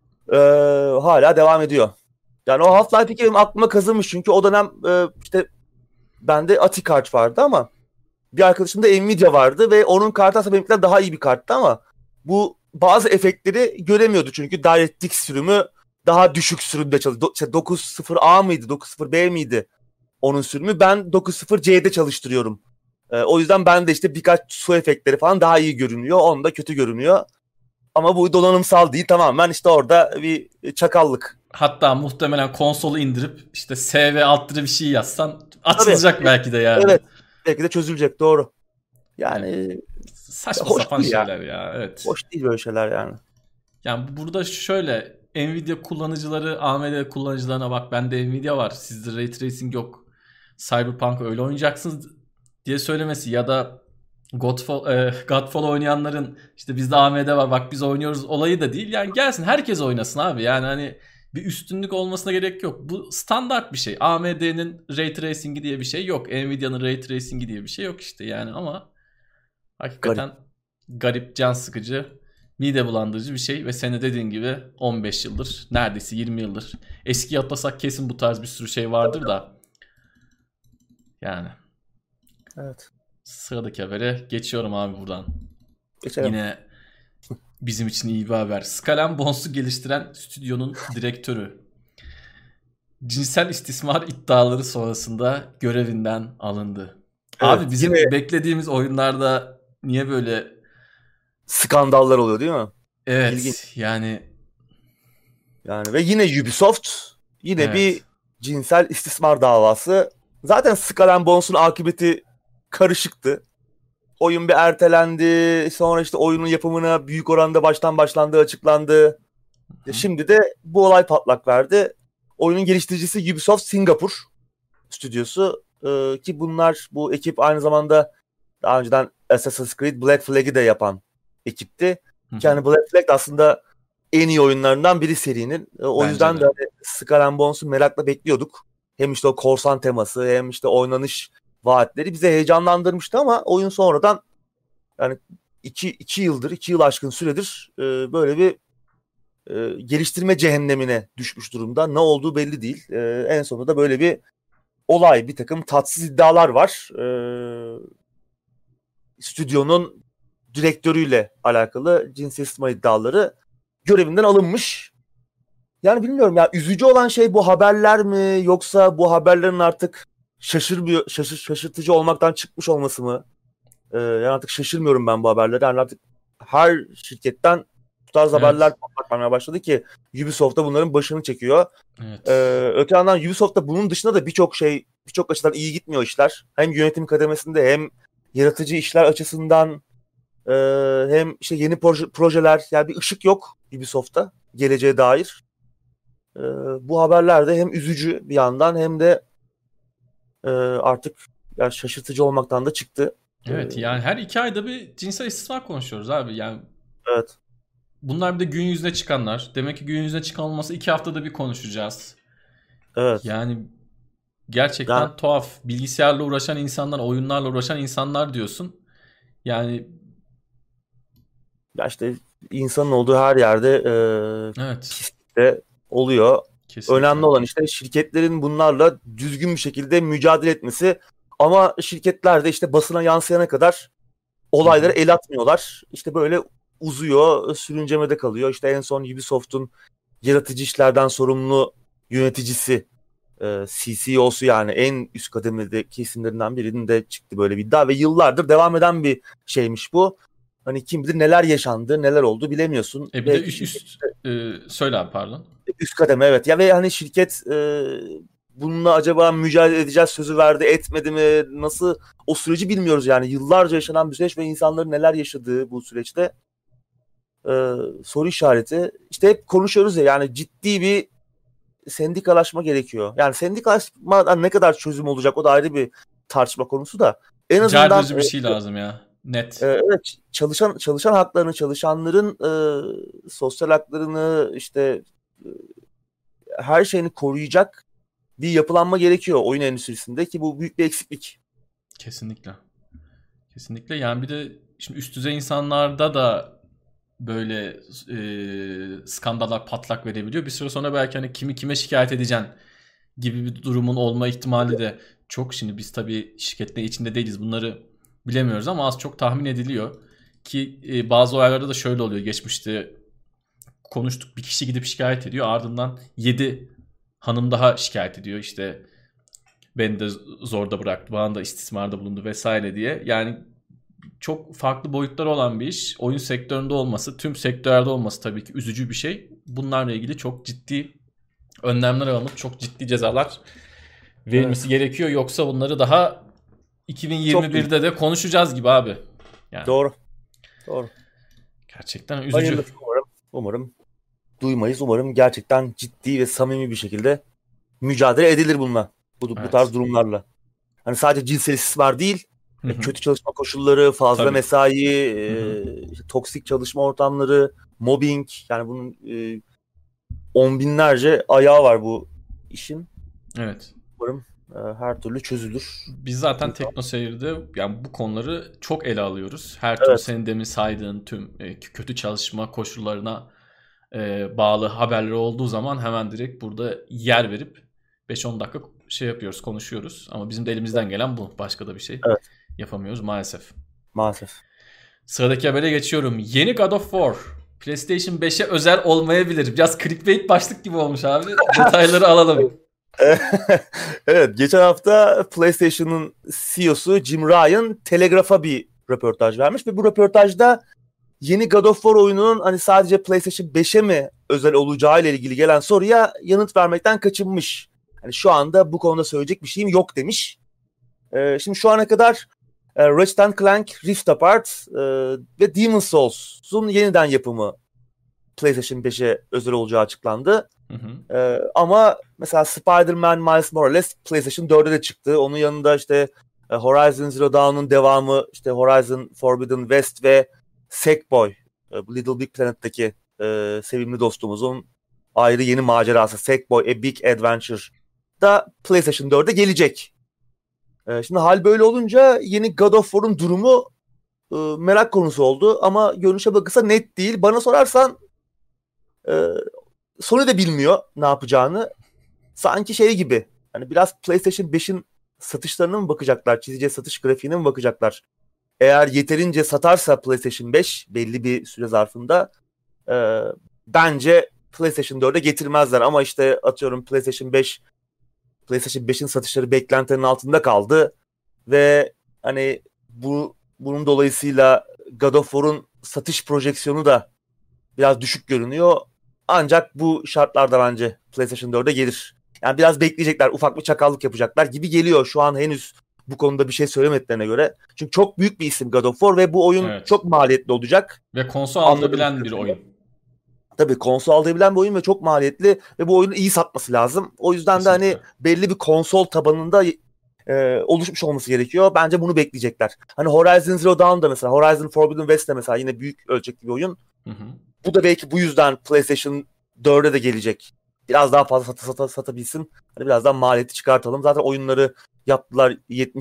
Hala devam ediyor. Yani o Half-Life 2 benim aklıma kazınmış çünkü o dönem işte bende ATI kart vardı ama bir arkadaşımda Nvidia vardı ve onun kartı aslında benimkinden daha iyi bir karttı ama bu bazı efektleri göremiyordu çünkü DirectX sürümü daha düşük sürümde çalışıyor. 9.0A mıydı, 9.0B miydi onun sürümü? Ben 9.0C'de çalıştırıyorum. O yüzden ben de işte birkaç su efektleri falan daha iyi görünüyor. Onda kötü görünüyor. Ama bu donanımsal değil, tamamen işte orada bir çakallık. Hatta muhtemelen konsolu indirip işte SV alt bir şey yazsan açılacak tabii, belki de yani. Evet. Belki de çözülecek, doğru. Yani saçma sapan şeyler ya. Evet. Hoş değil böyle şeyler yani. Yani burada şöyle, Nvidia kullanıcıları AMD kullanıcılarına bak, bende Nvidia var, sizde Ray Tracing yok, Cyberpunk öyle oynayacaksınız diye söylemesi ya da Godfall oynayanların işte bizde AMD var bak biz oynuyoruz olayı da değil. Yani gelsin herkes oynasın abi. Yani hani bir üstünlük olmasına gerek yok. Bu standart bir şey. AMD'nin Ray Tracing'i diye bir şey yok. Nvidia'nın Ray Tracing'i diye bir şey yok işte yani, ama hakikaten garip, can sıkıcı, mide bulandırıcı bir şey ve senin dediğin gibi 15 yıldır, neredeyse 20 yıldır. Eskiye atlasak kesin bu tarz bir sürü şey vardır da. Yani. Evet. Sıradaki habere geçiyorum abi buradan. Geçelim. Yine bizim için iyi bir haber. Skull and Bones'u geliştiren stüdyonun direktörü cinsel istismar iddiaları sonrasında görevinden alındı. Evet, abi bizim beklediğimiz oyunlarda niye böyle skandallar oluyor değil mi? Evet. İlginç. Yani ve yine Ubisoft bir cinsel istismar davası. Zaten Skull and Bones'un akıbeti karışıktı. oyun bir ertelendi. Sonra işte oyunun yapımına büyük oranda baştan başlandığı açıklandı. Şimdi de bu olay patlak verdi. Oyunun geliştiricisi Ubisoft Singapur stüdyosu ki bu ekip aynı zamanda daha önceden Assassin's Creed Black Flag'i de yapan ekipti. Yani Black Flag aslında en iyi oyunlarından biri serinin. O Bence yüzden de. de hani Skull and Bones'u merakla bekliyorduk. Hem işte o korsan teması hem işte oynanış vaatleri bizi heyecanlandırmıştı ama oyun sonradan yani 2 yıldır, 2 yıl aşkın süredir böyle bir geliştirme cehennemine düşmüş durumda. Ne olduğu belli değil. En sonunda da böyle bir olay, bir takım tatsız iddialar var. Stüdyonun direktörüyle alakalı cinsel istismar iddiaları görevinden alınmış. Yani bilmiyorum ya, üzücü olan şey bu haberler mi yoksa bu haberlerin artık şaşırtıcı olmaktan çıkmış olması mı? Yani artık şaşırmıyorum ben bu haberlere. Yani artık her şirketten bu tarz haberler patlamaya başladı ki Ubisoft da bunların başını çekiyor. Evet. Öte yandan Ubisoft'ta bunun dışında da birçok açıdan iyi gitmiyor işler. Hem yönetim kademesinde hem yaratıcı işler açısından hem işte yeni projeler, yani bir ışık yok Ubisoft'ta geleceğe dair. Bu haberler de hem üzücü bir yandan hem de artık yani şaşırtıcı olmaktan da çıktı. Evet, yani her 2 ayda bir cinsel istismar konuşuyoruz abi. Yani Evet. bunlar bir de gün yüzüne çıkanlar. Demek ki gün yüzüne çıkan olması 2 haftada bir konuşacağız. Evet. Yani gerçekten tuhaf. Bilgisayarla uğraşan insanlar, oyunlarla uğraşan insanlar diyorsun. Yani ya işte insanın olduğu her yerde evet. pislik de oluyor. Kesinlikle. Önemli olan işte şirketlerin bunlarla düzgün bir şekilde mücadele etmesi. Ama şirketler de işte basına yansıyana kadar olaylara el atmıyorlar. İşte böyle uzuyor, sürüncemede kalıyor. İşte en son Ubisoft'un yaratıcı işlerden sorumlu yöneticisi, CCO'su, yani en üst kademedeki isimlerinden birinin de çıktı böyle bir iddia ve yıllardır devam eden bir şeymiş bu. Hani kim bilir neler yaşandı, neler oldu bilemiyorsun. Bir de söyle abi, pardon. Üst kademe, evet. Ya ve hani şirket bununla acaba mücadele edeceğiz sözü verdi, etmedi mi? Nasıl, o süreci bilmiyoruz yani. Yıllarca yaşanan bir süreç ve insanların neler yaşadığı bu süreçte soru işareti. İşte hep konuşuyoruz ya, yani ciddi bir sendikalaşma gerekiyor. Yani sendikalaşmadan ne kadar çözüm olacak o da ayrı bir tartışma konusu da. En azından Caydırıcı bir şey lazım ya. Net. Evet, çalışan haklarını, çalışanların sosyal haklarını, işte her şeyini koruyacak bir yapılanma gerekiyor oyun endüstrisinde ki bu büyük bir eksiklik. Kesinlikle. Kesinlikle. Yani bir de şimdi üst düzey insanlarda da böyle skandallar patlak verebiliyor. Bir süre sonra belki hani kimi kime şikayet edeceksin gibi bir durumun olma ihtimali de çok. Şimdi biz tabii şirketlerin içinde değiliz. Bunları bilemiyoruz ama az çok tahmin ediliyor. Ki bazı olaylarda da şöyle oluyor. Geçmişte konuştuk, bir kişi gidip şikayet ediyor. Ardından 7 hanım daha şikayet ediyor. İşte beni de zorda bıraktı, bana da istismarda bulundu vesaire diye. Yani çok farklı boyutları olan bir iş. Oyun sektöründe olması, tüm sektörlerde olması tabii ki üzücü bir şey. Bunlarla ilgili çok ciddi önlemler alınıp çok ciddi cezalar verilmesi gerekiyor. Yoksa bunları daha 2021'de de konuşacağız gibi abi. Yani Doğru. gerçekten üzücü. Hayırlısı umarım duymayız. Umarım gerçekten ciddi ve samimi bir şekilde mücadele edilir bununla. Bu tarz durumlarla. Hani sadece cinsel istismar değil, kötü çalışma koşulları, fazla mesai, toksik çalışma ortamları, mobbing, yani bunun on binlerce ayağı var bu işin. Evet. Umarım her türlü çözülür. Biz zaten TeknoSeyir'de yani bu konuları çok ele alıyoruz. Her türlü senin demin saydığın tüm kötü çalışma koşullarına bağlı haberler olduğu zaman hemen direkt burada yer verip 5-10 dakika şey yapıyoruz, konuşuyoruz. Ama bizim de elimizden gelen bu. Başka da bir şey yapamıyoruz maalesef. Sıradaki habere geçiyorum. Yeni God of War PlayStation 5'e özel olmayabilir. Biraz clickbait başlık gibi olmuş abi. Detayları alalım. Evet, geçen hafta PlayStation'ın CEO'su Jim Ryan Telegraph'a bir röportaj vermiş ve bu röportajda yeni God of War oyununun hani sadece PlayStation 5'e mi özel olacağı ile ilgili gelen soruya yanıt vermekten kaçınmış. Hani şu anda bu konuda söyleyecek bir şeyim yok demiş. Şimdi şu ana kadar Ratchet Clank Rift Apart ve Demon's Souls'un yeniden yapımı PlayStation 5'e özel olacağı açıklandı. Ama mesela Spider-Man Miles Morales PlayStation 4'e de çıktı. Onun yanında işte Horizon Zero Dawn'un devamı, işte Horizon Forbidden West ve Sackboy, Little Big Planet'taki sevimli dostumuzun ayrı yeni macerası Sackboy A Big Adventure da PlayStation 4'e gelecek. Şimdi hal böyle olunca yeni God of War'un durumu merak konusu oldu ama görünüşe bakılsa net değil. Bana sorarsan Sony de bilmiyor ne yapacağını. Sanki şey gibi, hani biraz PlayStation 5'in satışlarına mı bakacaklar, çizeceği satış grafiğine mi bakacaklar? Eğer yeterince satarsa PlayStation 5 belli bir süre zarfında bence PlayStation 4'e getirmezler. Ama işte atıyorum PlayStation 5'in satışları beklentilerin altında kaldı ve hani bunun dolayısıyla God of War'un satış projeksiyonu da biraz düşük görünüyor. Ancak bu şartlarda bence PlayStation 4'e gelir. Yani biraz bekleyecekler, ufak bir çakallık yapacaklar gibi geliyor. Şu an henüz bu konuda bir şey söylemediklerine göre. Çünkü çok büyük bir isim God of War ve bu oyun çok maliyetli olacak. Ve konsol aldırabilen bir oyun. Tabii konsol aldırabilen bir oyun ve çok maliyetli ve bu oyunu iyi satması lazım. O yüzden de hani belli bir konsol tabanında oluşmuş olması gerekiyor. Bence bunu bekleyecekler. Hani Horizon Zero Dawn da mesela, Horizon Forbidden West de mesela yine büyük ölçekli bir oyun. Bu da belki bu yüzden PlayStation 4'e de gelecek. Biraz daha fazla satabilsin. Hani biraz daha maliyeti çıkartalım. Zaten oyunları yaptılar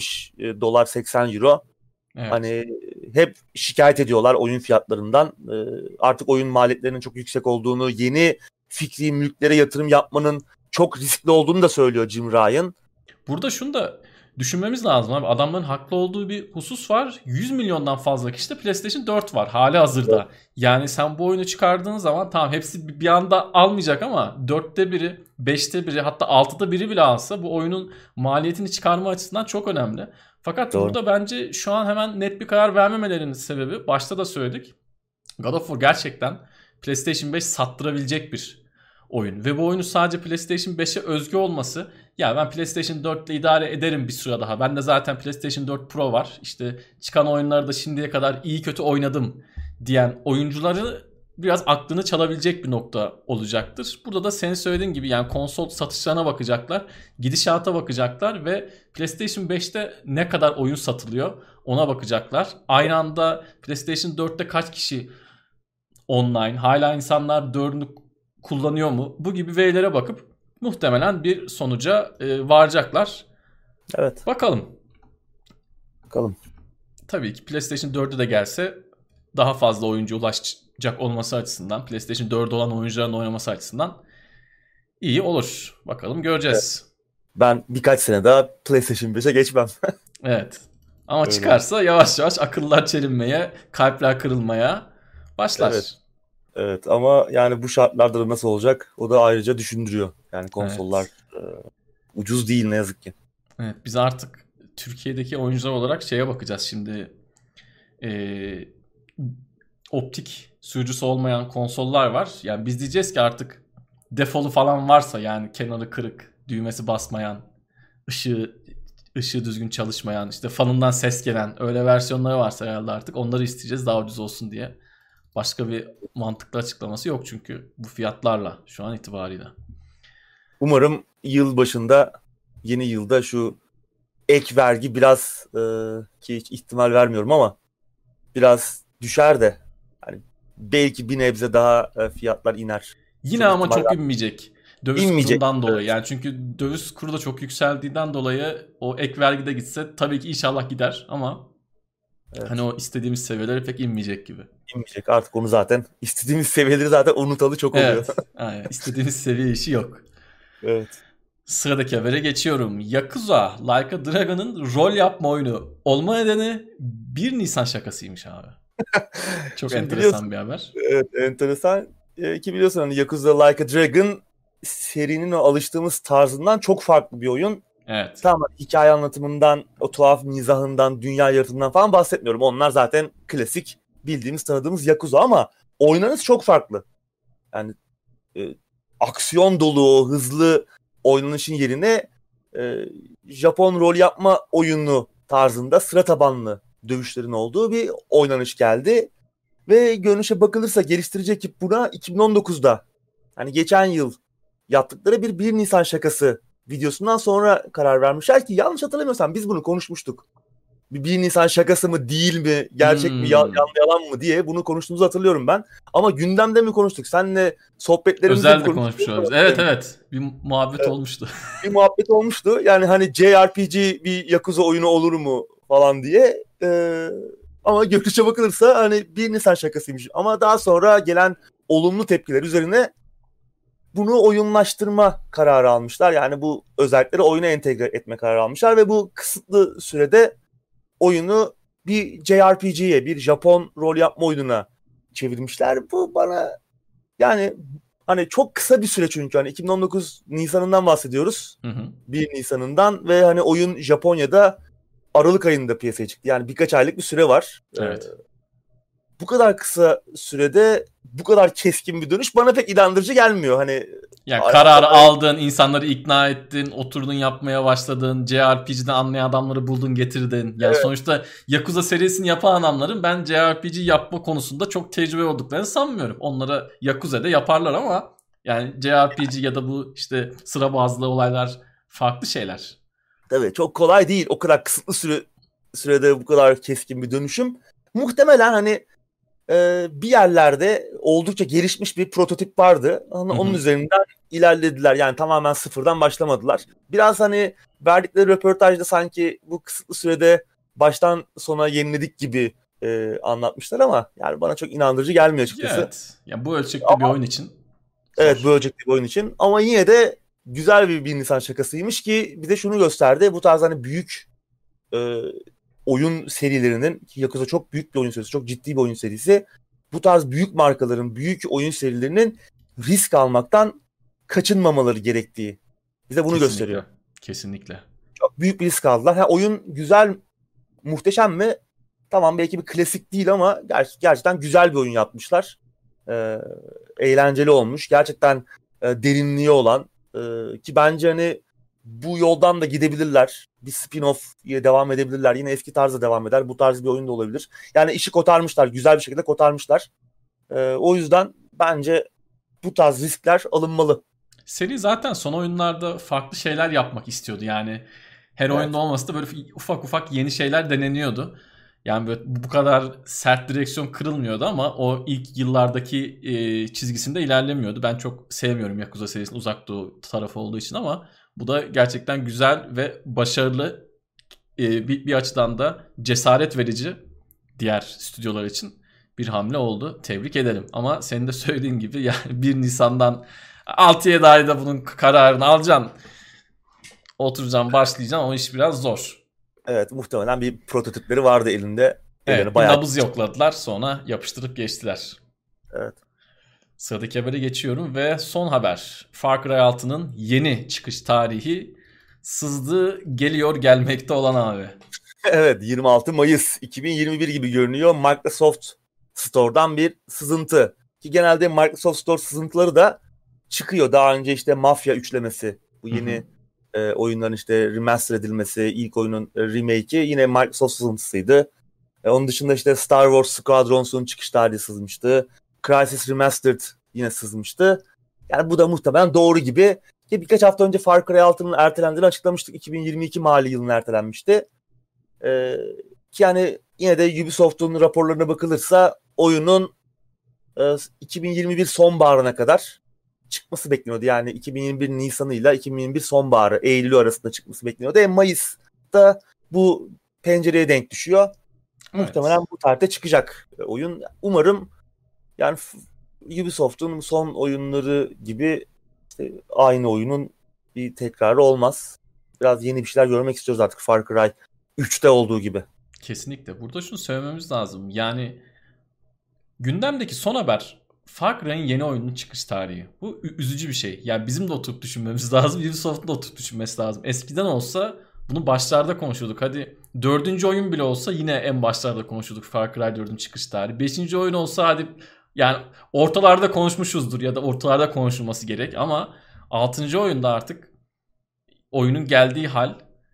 $70 €80. Evet. Hani hep şikayet ediyorlar oyun fiyatlarından. Artık oyun maliyetlerinin çok yüksek olduğunu, yeni fikri mülklere yatırım yapmanın çok riskli olduğunu da söylüyor Jim Ryan. Burada şunu da düşünmemiz lazım abi. Adamların haklı olduğu bir husus var. 100 milyondan fazla kişide PlayStation 4 var hali hazırda. Evet. Yani sen bu oyunu çıkardığın zaman tamam hepsi bir anda almayacak ama 4'te biri, 5'te biri, hatta 6'da biri bile alsa bu oyunun maliyetini çıkarma açısından çok önemli. Fakat burada bence şu an hemen net bir karar vermemelerinin sebebi, başta da söyledik, God of War gerçekten PlayStation 5 sattırabilecek bir oyun. Ve bu oyunu sadece PlayStation 5'e özgü olması, ya ben PlayStation 4 ile idare ederim bir süre daha, ben de zaten PlayStation 4 Pro var, İşte çıkan oyunları da şimdiye kadar iyi kötü oynadım diyen oyuncuları biraz aklını çalabilecek bir nokta olacaktır. Burada da senin söylediğin gibi yani konsol satışlarına bakacaklar, gidişata bakacaklar ve PlayStation 5'te ne kadar oyun satılıyor ona bakacaklar. Aynı anda PlayStation 4'te kaç kişi online, hala insanlar 4'ünü kullanıyor mu? Bu gibi verilere bakıp muhtemelen bir sonuca varacaklar. Evet. Bakalım. Bakalım. Tabii ki PlayStation 4'e de gelse daha fazla oyuncu ulaşacak olması açısından, PlayStation 4 olan oyuncuların oynaması açısından iyi olur. Bakalım göreceğiz. Evet. Ben birkaç sene daha PlayStation 5'e geçmem. Evet. Ama öyle çıkarsa yavaş yavaş akıllar çelinmeye, kalpler kırılmaya başlar. Evet. Evet ama yani bu şartlarda da nasıl olacak o da ayrıca düşündürüyor. Yani konsollar ucuz değil ne yazık ki. Evet, biz artık Türkiye'deki oyuncular olarak şeye bakacağız şimdi. Optik sürücüsü olmayan konsollar var. Yani biz diyeceğiz ki artık defolu falan varsa, yani kenarı kırık, düğmesi basmayan, ışığı düzgün çalışmayan, işte fanından ses gelen öyle versiyonları varsa herhalde artık onları isteyeceğiz daha ucuz olsun diye. Başka bir mantıklı açıklaması yok çünkü bu fiyatlarla şu an itibariyle. Umarım yıl başında, yeni yılda şu ek vergi biraz ki hiç ihtimal vermiyorum ama biraz düşer de yani belki bir nebze daha fiyatlar iner. Yine çok ama çok inmeyecek. Döviz kurundan dolayı. Yani çünkü döviz kuru da çok yükseldiğinden dolayı o ek vergi de gitse tabii ki inşallah gider ama hani o istediğimiz seviyelere pek inmeyecek gibi. İnmeyecek. Artık onu zaten istediğimiz seviyeleri zaten unutalı çok oluyor. Evet. Aynen. İstediğimiz seviye işi yok. Evet. Sıradaki habere geçiyorum. Yakuza Like a Dragon'ın rol yapma oyunu olma nedeni 1 Nisan şakasıymış abi. Çok enteresan bir haber. Evet, enteresan. Ki biliyorsun hani Yakuza Like a Dragon serinin o alıştığımız tarzından çok farklı bir oyun. Evet. Tamam, hikaye anlatımından, o tuhaf mizahından, dünya yaratımından falan bahsetmiyorum. Onlar zaten klasik, bildiğimiz, tanıdığımız Yakuza ama oynanış çok farklı. Yani aksiyon dolu, hızlı oynanışın yerine Japon rol yapma oyunu tarzında sıra tabanlı dövüşlerin olduğu bir oynanış geldi. Ve görünüşe bakılırsa geliştirici ekip buna 2019'da hani geçen yıl yaptıkları bir 1 Nisan şakası videosundan sonra karar vermişler ki yanlış hatırlamıyorsam biz bunu konuşmuştuk. Bir 1 Nisan şakası mı değil mi, gerçek mi, yalan mı diye bunu konuştuğumuzu hatırlıyorum ben. Ama gündemde mi konuştuk? Seninle sohbetlerimizde özel de konuşmuş olabiliriz. Evet. Bir muhabbet olmuştu. Bir muhabbet olmuştu. Yani hani JRPG bir Yakuza oyunu olur mu falan diye. Ama görünüşe bakılırsa hani 1 Nisan şakasıymış. Ama daha sonra gelen olumlu tepkiler üzerine bunu oyunlaştırma kararı almışlar. Yani bu özellikleri oyuna entegre etme kararı almışlar ve bu kısıtlı sürede oyunu bir JRPG'ye, bir Japon rol yapma oyununa çevirmişler. Bu bana yani hani çok kısa bir süre çünkü hani 2019 Nisan'ından bahsediyoruz. 1 Nisan'ından ve hani oyun Japonya'da Aralık ayında piyasaya çıktı. Yani birkaç aylık bir süre var. Evet. Bu kadar kısa sürede bu kadar keskin bir dönüş bana pek inandırıcı gelmiyor. Hani yani kararı aldın, insanları ikna ettin, oturdun yapmaya başladın, JRPG'den anlayan adamları buldun, getirdin. Yani evet. Sonuçta Yakuza serisini yapan adamların ben JRPG yapma konusunda çok tecrübe olduklarını sanmıyorum. Onlara Yakuza'da yaparlar ama yani JRPG ya da bu işte sıra bazlı olaylar farklı şeyler. Tabii çok kolay değil. O kadar kısıtlı sürede bu kadar keskin bir dönüşüm. Muhtemelen hani bir yerlerde oldukça gelişmiş bir prototip vardı. Onun üzerinden ilerlediler. Yani tamamen sıfırdan başlamadılar. Biraz hani verdikleri röportajda sanki bu kısıtlı sürede baştan sona yeniledik gibi anlatmışlar ama yani bana çok inandırıcı gelmiyor açıkçası. Evet. Yani bu ölçekli bir oyun için. Zor. Evet, bu ölçekli bir oyun için. Ama yine de güzel bir 1 Nisan şakasıymış ki bize şunu gösterdi. Bu tarz hani büyük oyun serilerinin, ki Yakuza çok büyük bir oyun serisi, çok ciddi bir oyun serisi. Bu tarz büyük markaların, büyük oyun serilerinin risk almaktan kaçınmamaları gerektiği bize bunu gösteriyor. Kesinlikle. Çok büyük bir risk aldılar. Oyun güzel, muhteşem mi? Tamam, belki bir klasik değil ama gerçekten güzel bir oyun yapmışlar. Eğlenceli olmuş. Gerçekten derinliği olan ki bence hani bu yoldan da gidebilirler. Bir spin-off devam edebilirler. Yine eski tarzda devam eder. Bu tarz bir oyun da olabilir. Yani işi kotarmışlar. Güzel bir şekilde kotarmışlar. O yüzden bence bu tarz riskler alınmalı. Seri zaten son oyunlarda farklı şeyler yapmak istiyordu. Yani her oyunda olmasa da böyle ufak ufak yeni şeyler deneniyordu. Yani böyle bu kadar sert direksiyon kırılmıyordu ama o ilk yıllardaki çizgisinde ilerlemiyordu. Ben çok sevmiyorum Yakuza serisinin Uzak Doğu tarafı olduğu için ama bu da gerçekten güzel ve başarılı, bir açıdan da cesaret verici diğer stüdyolar için bir hamle oldu. Tebrik ederim. Ama senin de söylediğin gibi yani 1 Nisan'dan 6-7 ayda bunun kararını alacaksın. Oturacaksın, başlayacaksın. O iş biraz zor. Evet, muhtemelen bir prototipleri vardı elinde. Evet, bayağı nabız yokladılar, sonra yapıştırıp geçtiler. Evet. Sıradaki habere geçiyorum ve son haber. Far Cry 6'nın yeni çıkış tarihi sızdı, geliyor, gelmekte olan abi. Evet, 26 Mayıs 2021 gibi görünüyor. Microsoft Store'dan bir sızıntı. Ki genelde Microsoft Store sızıntıları da çıkıyor. Daha önce işte Mafya üçlemesi, bu yeni oyunların işte remaster edilmesi, ilk oyunun remake'i yine Microsoft sızıntısıydı. Onun dışında işte Star Wars Squadrons'un çıkış tarihi sızmıştı. Crysis Remastered yine sızmıştı. Yani bu da muhtemelen doğru gibi. Ki birkaç hafta önce Far Cry 6'nın ertelendiğini açıklamıştık. 2022 mali yılına ertelenmişti. Ki yani yine de Ubisoft'un raporlarına bakılırsa oyunun 2021 sonbaharına kadar çıkması bekleniyordu. Yani 2021 Nisan'ı ile 2021 sonbaharı, Eylül arasında çıkması bekleniyordu. Mayıs'ta bu pencereye denk düşüyor. Evet. Muhtemelen bu tarihte çıkacak oyun. Umarım yani Ubisoft'un son oyunları gibi işte aynı oyunun bir tekrarı olmaz. Biraz yeni bir şeyler görmek istiyoruz artık Far Cry 3'te olduğu gibi. Kesinlikle. Burada şunu söylememiz lazım. Yani gündemdeki son haber Far Cry'in yeni oyunun çıkış tarihi. Bu üzücü bir şey. Yani bizim de oturup düşünmemiz lazım. Ubisoft'un da oturup düşünmesi lazım. Eskiden olsa bunu başlarda konuşuyorduk. Hadi 4. oyun bile olsa yine en başlarda konuşuyorduk Far Cry 4'ün çıkış tarihi. 5. oyun olsa hadi yani ortalarda konuşmuşuzdur ya da ortalarda konuşulması gerek ama 6. oyunda artık oyunun geldiği hal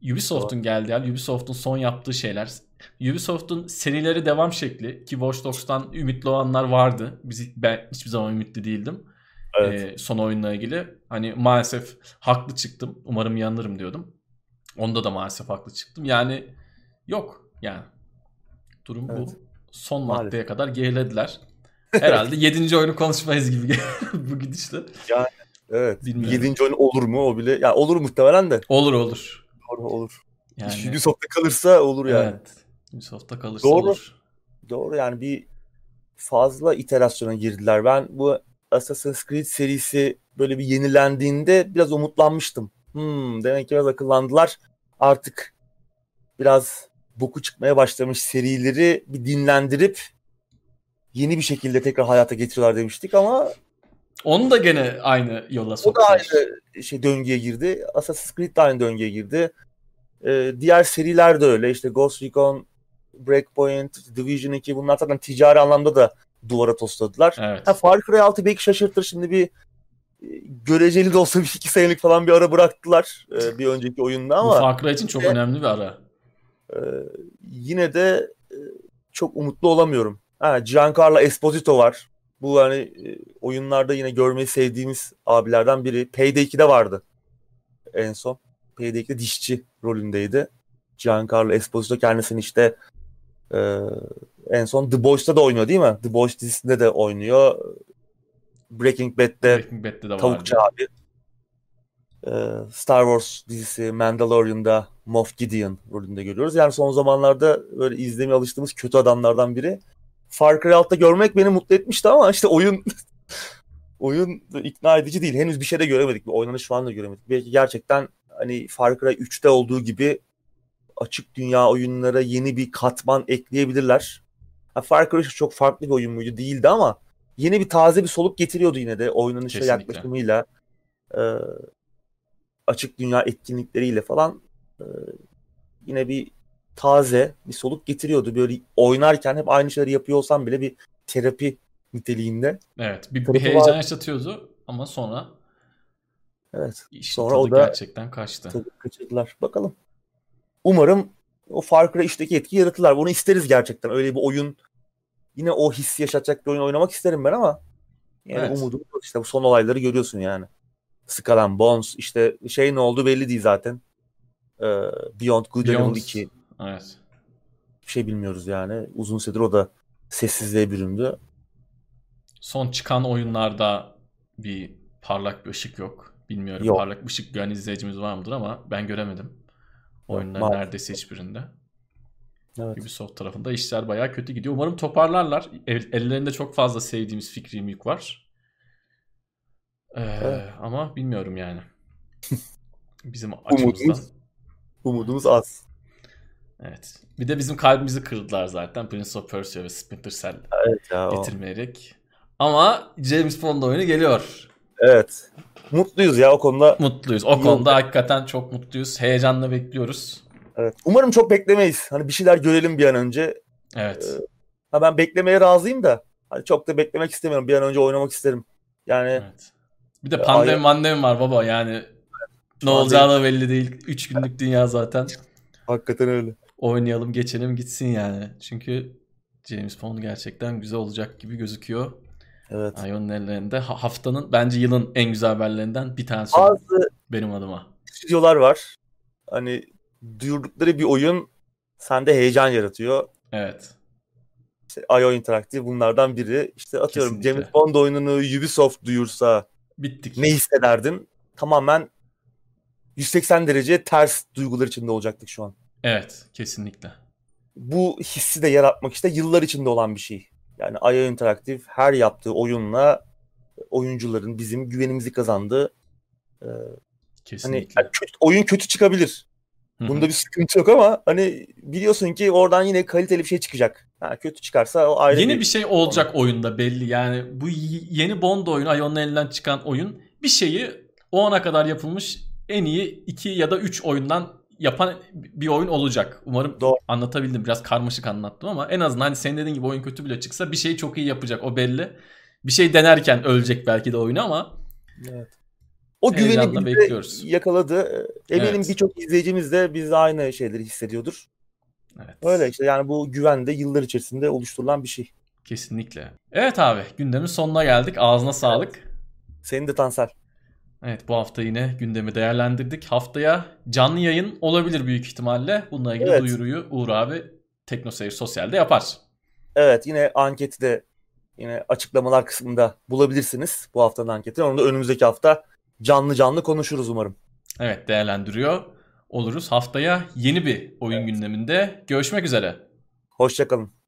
Ubisoft'un geldiği yer, Ubisoft'un son yaptığı şeyler, Ubisoft'un serileri devam şekli ki Watch Dogs'tan ümitli olanlar vardı. Ben hiçbir zaman ümitli değildim. Evet. Son oyunla ilgili. Hani maalesef haklı çıktım. Umarım yanılırım diyordum. Onda da maalesef haklı çıktım. Yani yok yani. Durum Evet. bu. Son Maalesef. maddeye kadar gerilediler. Herhalde 7. oyunu konuşmayız gibi bu gidişle. Yani evet. Bilmiyorum. 7. oyun olur mu o bile? Ya olur muhtemelen de. Olur. Olur. Yani Ubisoft'ta kalırsa olur yani. evet. Ubisoft'ta kalırsa Doğru. olur. Doğru yani bir fazla iterasyona girdiler. Ben bu Assassin's Creed serisi böyle bir yenilendiğinde biraz umutlanmıştım. Demek ki biraz akıllandılar. Artık biraz boku çıkmaya başlamış serileri bir dinlendirip yeni bir şekilde tekrar hayata getiriyorlar demiştik ama Onu da gene aynı yola o da soktular. aynı döngüye girdi. Assassin's Creed de aynı döngüye girdi. Diğer seriler de öyle. İşte Ghost Recon, Breakpoint, Division 2 bunlar zaten ticari anlamda da duvara tosladılar. Evet. Far Cry 6 belki şaşırtır. Şimdi bir göreceli de olsa bir 2 senelik falan bir ara bıraktılar bir önceki oyunda ama bu Far Cry için çok önemli bir ara. Yine de çok umutlu olamıyorum. Giancarlo Esposito var. Bu hani oyunlarda yine görmeyi sevdiğimiz abilerden biri. Payday 2'de vardı en son. Payday 2'de dişçi rolündeydi. Giancarlo Esposito kendisini işte en son The Boys'ta da oynuyor değil mi? The Boys dizisinde de oynuyor. Breaking Bad'de de tavukçu vardı. abi. Star Wars dizisi Mandalorian'da Moff Gideon rolünde görüyoruz. Yani son zamanlarda böyle izlemeye alıştığımız kötü adamlardan biri. Far Cry 6'da görmek beni mutlu etmişti ama işte oyun ikna edici değil. Henüz bir şey de göremedik. Bir oynanış falan da göremedik. Belki gerçekten hani Far Cry 3'te olduğu gibi açık dünya oyunlara yeni bir katman ekleyebilirler. Far Cry 3 çok farklı bir oyun muydu? Değildi ama yeni bir taze bir soluk getiriyordu yine de oynanış ve yaklaşımıyla. Açık dünya etkinlikleriyle falan yine bir taze bir soluk getiriyordu. Böyle oynarken hep aynı şeyleri yapıyor olsam bile bir terapi niteliğinde. Evet. Bir heyecan yaşatıyordu ama sonra sonra tadı o da gerçekten kaçtı. Tadı kaçırdılar. Bakalım. Umarım o Far Cry 3'teki etki yaratırlar. Bunu isteriz gerçekten. Öyle bir oyun yine o hissi yaşatacak bir oyun oynamak isterim ben ama yani umudum yok. İşte bu son olayları görüyorsun yani. Skull and Bones işte ne oldu belli değil zaten. Beyond Good and Evil 2. Evet. Bir şey bilmiyoruz yani. Uzun süredir o da sessizliğe büründü. Son çıkan oyunlarda bir parlak bir ışık yok. Bilmiyorum yok. Parlak bir ışık gören izleyicimiz var mıdır ama ben göremedim. Oyunların neredeyse hiçbirinde. Evet. Ubisoft tarafında işler bayağı kötü gidiyor. Umarım toparlarlar. Ellerinde çok fazla sevdiğimiz fikri mülk var. Ama bilmiyorum yani. Bizim açımızdan. Umudumuz az. Evet. Bir de bizim kalbimizi kırdılar zaten. Prince of Persia ve Splinter Cell getirmeyerek. Ama James Bond oyunu geliyor. Evet. Mutluyuz ya o konuda. Mutluyuz. O konuda hakikaten çok mutluyuz. Heyecanla bekliyoruz. Evet. Umarım çok beklemeyiz. Hani bir şeyler görelim bir an önce. Evet. Ben beklemeye razıyım da. Hani çok da beklemek istemiyorum. Bir an önce oynamak isterim. Yani. Evet. Bir de pandemi var baba yani. Ne olacağı da belli değil. 3 günlük dünya zaten. Hakikaten öyle. Oynayalım geçelim gitsin yani. Çünkü James Bond gerçekten güzel olacak gibi gözüküyor. Evet. Ion'un ellerinde haftanın bence yılın en güzel haberlerinden bir tanesi benim adıma. Stüdyolar var. Hani duyurdukları bir oyun sende heyecan yaratıyor. Evet. İşte IO Interactive bunlardan biri. İşte atıyorum Kesinlikle. James Bond oyununu Ubisoft duyursa bittik. Ne hissederdin? Tamamen 180 derece ters duygular içinde olacaktık şu an. Evet, kesinlikle. Bu hissi de yaratmak işte yıllar içinde olan bir şey. Yani IO Interactive her yaptığı oyunla oyuncuların bizim güvenimizi kazandığı kesinlikle. Hani oyun kötü çıkabilir. Bunda bir sıkıntı yok ama hani biliyorsun ki oradan yine kaliteli bir şey çıkacak. Kötü çıkarsa o ayrı yeni bir şey olacak oyunda belli. Yani bu yeni Bond oyunu, Ion'un elinden çıkan oyun bir şeyi o ana kadar yapılmış en iyi 2 ya da 3 oyundan yapan bir oyun olacak. Umarım anlatabildim. Biraz karmaşık anlattım ama en azından hani senin dediğin gibi oyun kötü bile çıksa bir şeyi çok iyi yapacak. O belli. Bir şey denerken ölecek belki de oyunu ama. Evet. O güveni Heyecanla bizde bekliyoruz. yakaladı. Eminim Evet. birçok izleyicimiz de bizde aynı şeyleri hissediyordur. Öyle Evet. işte, yani bu güven de yıllar içerisinde oluşturulan bir şey. Kesinlikle. Evet abi, gündemin sonuna geldik. Ağzına Evet. sağlık. Senin de Tansel. Evet, bu hafta yine gündemi değerlendirdik. Haftaya canlı yayın olabilir büyük ihtimalle. Bununla ilgili Evet. duyuruyu Uğur abi Teknoseyir Sosyal'de yapar. Evet, yine anketi de yine açıklamalar kısmında bulabilirsiniz. Bu haftanın anketini. Onu da önümüzdeki hafta canlı canlı konuşuruz umarım. Evet, değerlendiriyor oluruz. Haftaya yeni bir oyun gündeminde görüşmek üzere. Hoşça kalın.